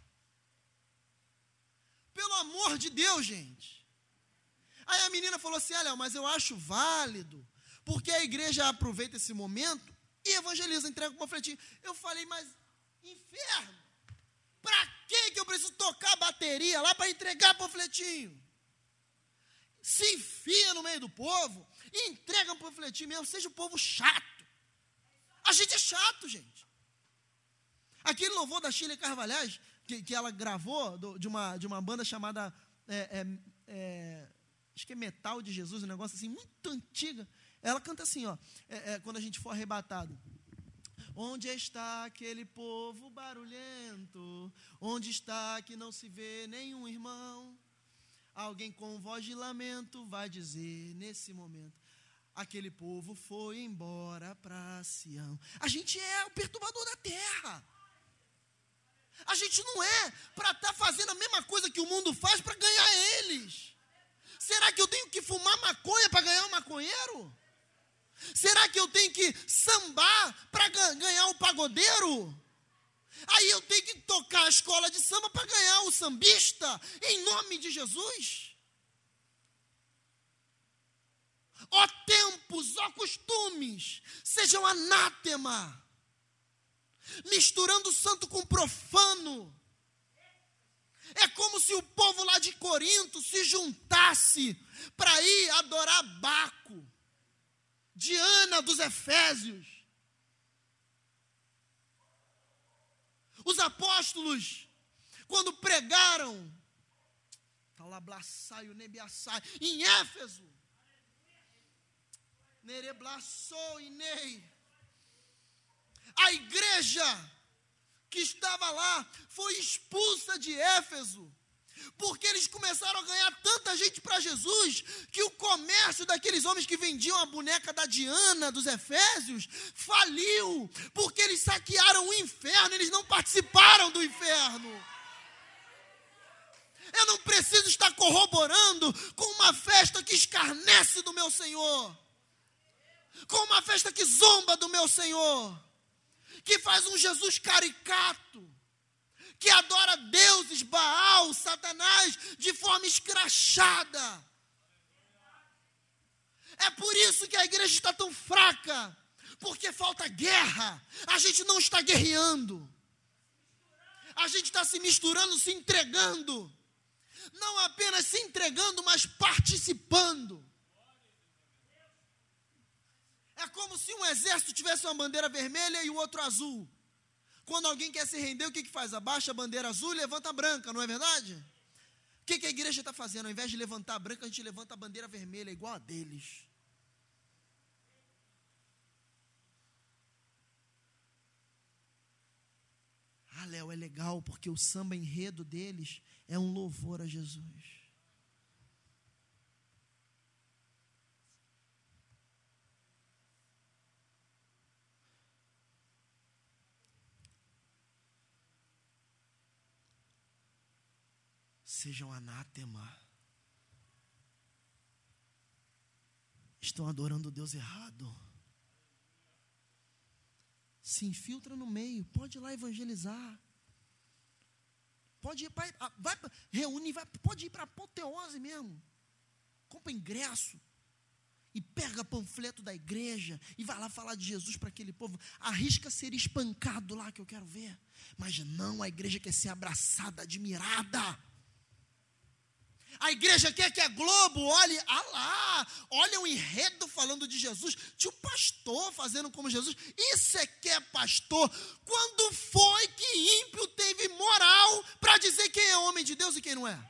Pelo amor de Deus, gente. Aí a menina falou assim, olha, mas eu acho válido, porque a igreja aproveita esse momento e evangeliza, entrega um panfletinho. Eu falei, mas inferno, para que eu preciso tocar a bateria lá para entregar panfletinho? Se enfia no meio do povo e entrega um panfletinho mesmo, seja o povo chato. A gente é chato, gente. Aquele louvor da Shirley Carvalhais, que, que ela gravou do, de, uma, de uma banda chamada, é, é, é, acho que é Metal de Jesus, um negócio assim, muito antiga. Ela canta assim, ó, é, é, quando a gente for arrebatado. Onde está aquele povo barulhento? Onde está que não se vê nenhum irmão? Alguém com voz de lamento vai dizer nesse momento, aquele povo foi embora para Sião. A gente é o perturbador da terra. A gente não é para estar fazendo a mesma coisa que o mundo faz para ganhar eles. Será que eu tenho que fumar maconha para ganhar um maconheiro? Será que eu tenho que sambar para ganhar um pagodeiro? Aí eu tenho que tocar a escola de samba para ganhar o sambista, em nome de Jesus? Ó tempos, ó costumes, sejam anátema, misturando santo com profano. É como se o povo lá de Corinto se juntasse para ir adorar Baco, Diana dos Efésios. Os apóstolos, quando pregaram, Adablaçaio, Nebiaçai, em Éfeso. Nereblaçou, Inei. A igreja que estava lá foi expulsa de Éfeso, porque eles começaram a ganhar tanta gente para Jesus, que o comércio daqueles homens que vendiam a boneca da Diana, dos Efésios, faliu, porque eles saquearam o inferno, eles não participaram do inferno. Eu não preciso estar corroborando com uma festa que escarnece do meu Senhor, com uma festa que zomba do meu Senhor, que faz um Jesus caricato, que adora deuses, Baal, Satanás, de forma escrachada. É por isso que a igreja está tão fraca, porque falta guerra. A gente não está guerreando, a gente está se misturando, se entregando, não apenas se entregando, mas participando. É como se um exército tivesse uma bandeira vermelha e o outro azul. Quando alguém quer se render, o que, que faz? Abaixa a bandeira azul e levanta a branca, não é verdade? O que, que a igreja está fazendo? Ao invés de levantar a branca, a gente levanta a bandeira vermelha, igual a deles. Ah, Léo, é legal, porque o samba enredo deles é um louvor a Jesus. Sejam anátema. Estão adorando o Deus errado. Se infiltra no meio, pode ir lá evangelizar. Pode ir para, vai, reúne, vai, pode ir para a apoteose mesmo. Compra ingresso e pega panfleto da igreja e vai lá falar de Jesus para aquele povo. Arrisca ser espancado lá, que eu quero ver. Mas não, a igreja quer ser abraçada, admirada. A igreja quer que a Globo olhe, ah lá, olha o enredo falando de Jesus, tinha um pastor fazendo como Jesus. Isso é que é pastor. Quando foi que ímpio teve moral para dizer quem é homem de Deus e quem não é?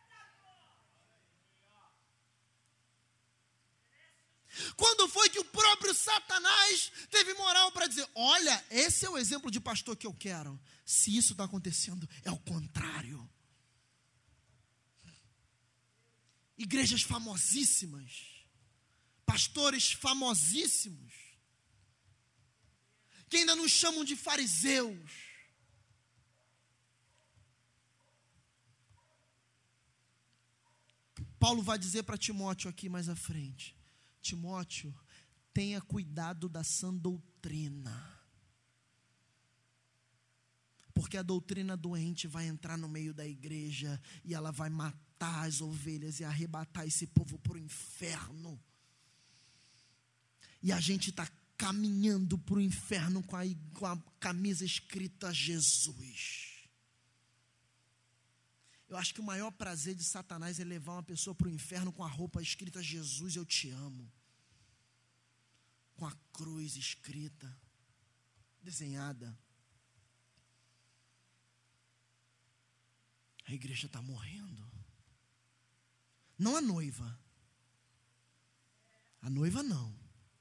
Quando foi que o próprio Satanás teve moral para dizer, olha, esse é o exemplo de pastor que eu quero. Se isso está acontecendo, é o contrário. Igrejas famosíssimas, pastores famosíssimos, que ainda nos chamam de fariseus. Paulo vai dizer para Timóteo aqui mais à frente, Timóteo, tenha cuidado da sã doutrina, porque a doutrina doente vai entrar no meio da igreja e ela vai matar as ovelhas e arrebatar esse povo para o inferno. E a gente está caminhando para o inferno com a, com a camisa escrita Jesus. Eu acho que o maior prazer de Satanás é levar uma pessoa para o inferno com a roupa escrita Jesus, eu te amo. Com a cruz escrita, desenhada. A igreja está morrendo. Não a noiva. A noiva não.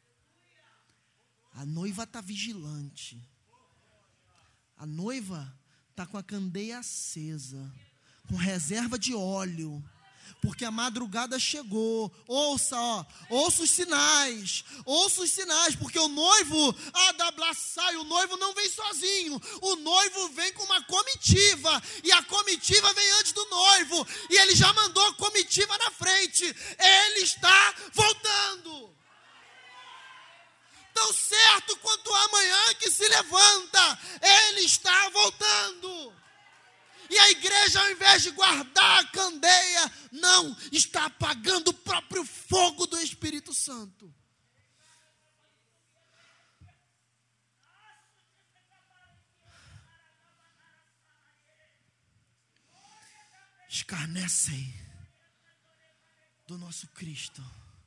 A noiva está vigilante. A noiva está com a candeia acesa, com reserva de óleo, porque a madrugada chegou. Ouça, ó, ouça os sinais, ouça os sinais, porque o noivo, adablaçai, o noivo não vem sozinho, o noivo vem com uma comitiva, e a comitiva vem antes do noivo, e ele já mandou a comitiva na frente, ele está voltando. Tão certo quanto amanhã que se levanta, ele está voltando. E a igreja, ao invés de guardar a candeia, não, está apagando o próprio fogo do Espírito Santo. Escarnecem do nosso Cristo.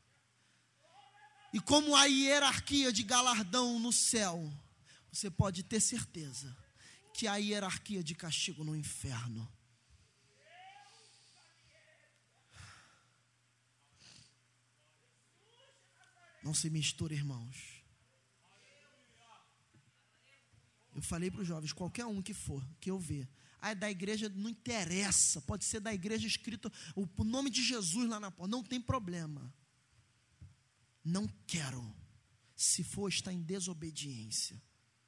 E como a hierarquia de galardão no céu, você pode ter certeza que a hierarquia de castigo no inferno. Não se mistura, irmãos. Eu falei para os jovens, qualquer um que for, que eu ver, ah, é da igreja, não interessa, pode ser da igreja escrito o, o nome de Jesus lá na porta, não tem problema. Não quero. Se for, está em desobediência.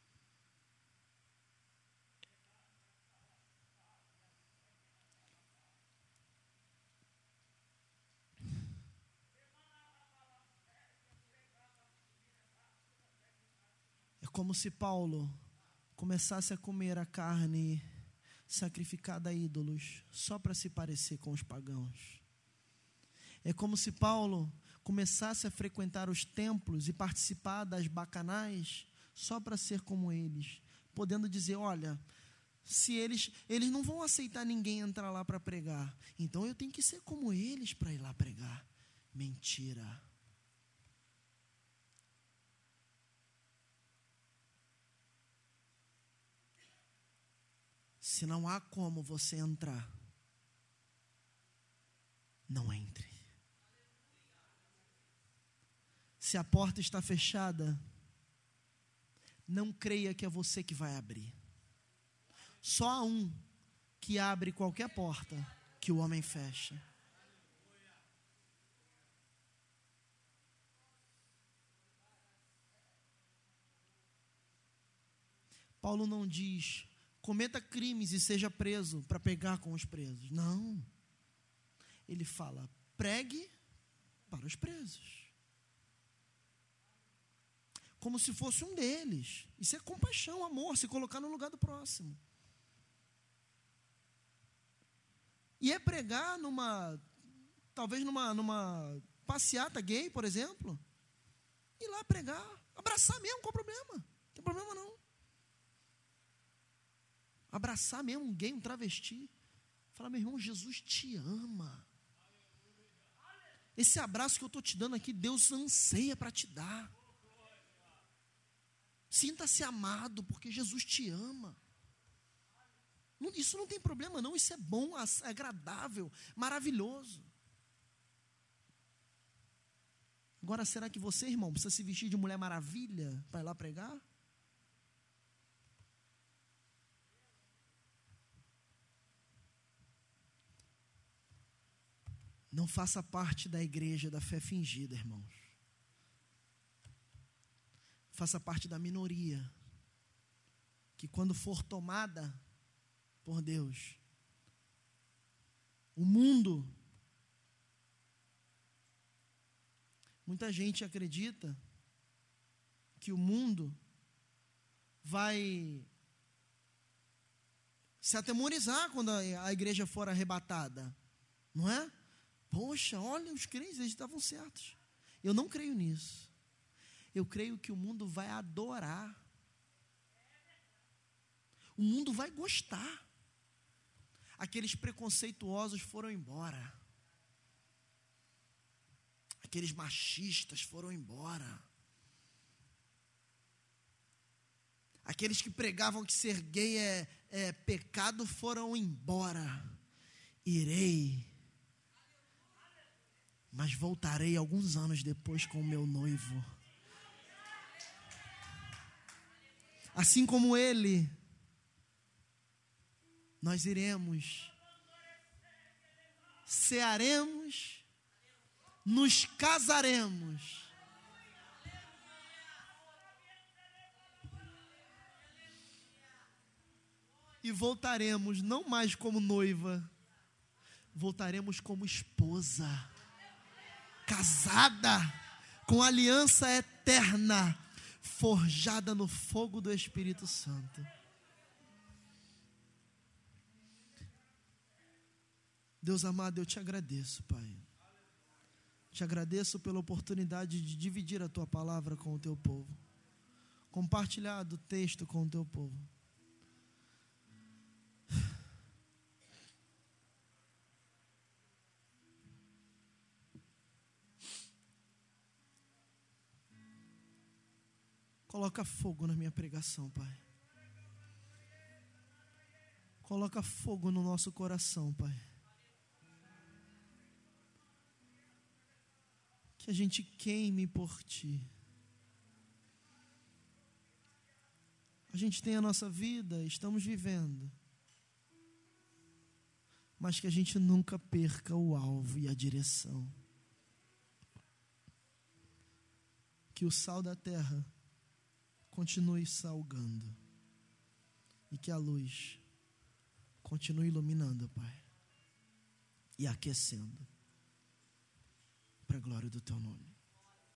É como se Paulo começasse a comer a carne sacrificada a ídolos, só para se parecer com os pagãos. É como se Paulo começasse a frequentar os templos e participar das bacanais, só para ser como eles, podendo dizer, olha, se eles, eles não vão aceitar ninguém entrar lá para pregar, então eu tenho que ser como eles para ir lá pregar. Mentira. Se não há como você entrar, não entre. Se a porta está fechada, não creia que é você que vai abrir. Só há um que abre qualquer porta que o homem fecha. Paulo não diz, cometa crimes e seja preso para pegar com os presos. Não. Ele fala, pregue para os presos. Como se fosse um deles. Isso é compaixão, amor, se colocar no lugar do próximo. E é pregar numa, talvez numa, numa passeata gay, por exemplo. Ir lá pregar, abraçar mesmo, qual o problema? Não tem problema não. Abraçar mesmo um gay, um travesti. Falar, meu irmão, Jesus te ama. Esse abraço que eu estou te dando aqui, Deus anseia para te dar. Sinta-se amado, porque Jesus te ama. Isso não tem problema não, isso é bom, é agradável, maravilhoso. Agora, será que você, irmão, precisa se vestir de Mulher Maravilha para ir lá pregar? Não faça parte da igreja da fé fingida, irmãos. Faça parte da minoria, que quando for tomada por Deus, o mundo, muita gente acredita que o mundo vai se atemorizar quando a igreja for arrebatada, não é? Poxa, olha, os crentes, eles estavam certos. Eu não creio nisso. Eu creio que o mundo vai adorar. O mundo vai gostar. Aqueles preconceituosos foram embora. Aqueles machistas foram embora. Aqueles que pregavam que ser gay é, é pecado foram embora. Irei, mas voltarei alguns anos depois com o meu noivo. Assim como ele, nós iremos, cearemos, nos casaremos. E voltaremos não mais como noiva, voltaremos como esposa, casada, com aliança eterna, forjada no fogo do Espírito Santo. Deus amado, eu te agradeço, Pai. Te agradeço pela oportunidade de dividir a Tua palavra com o Teu povo, compartilhar do texto com o Teu povo. Coloca fogo na minha pregação, Pai. Coloca fogo no nosso coração, Pai. Que a gente queime por Ti. A gente tem a nossa vida, estamos vivendo, mas que a gente nunca perca o alvo e a direção. Que o sal da terra continue salgando e que a luz continue iluminando, Pai, e aquecendo para a glória do Teu nome.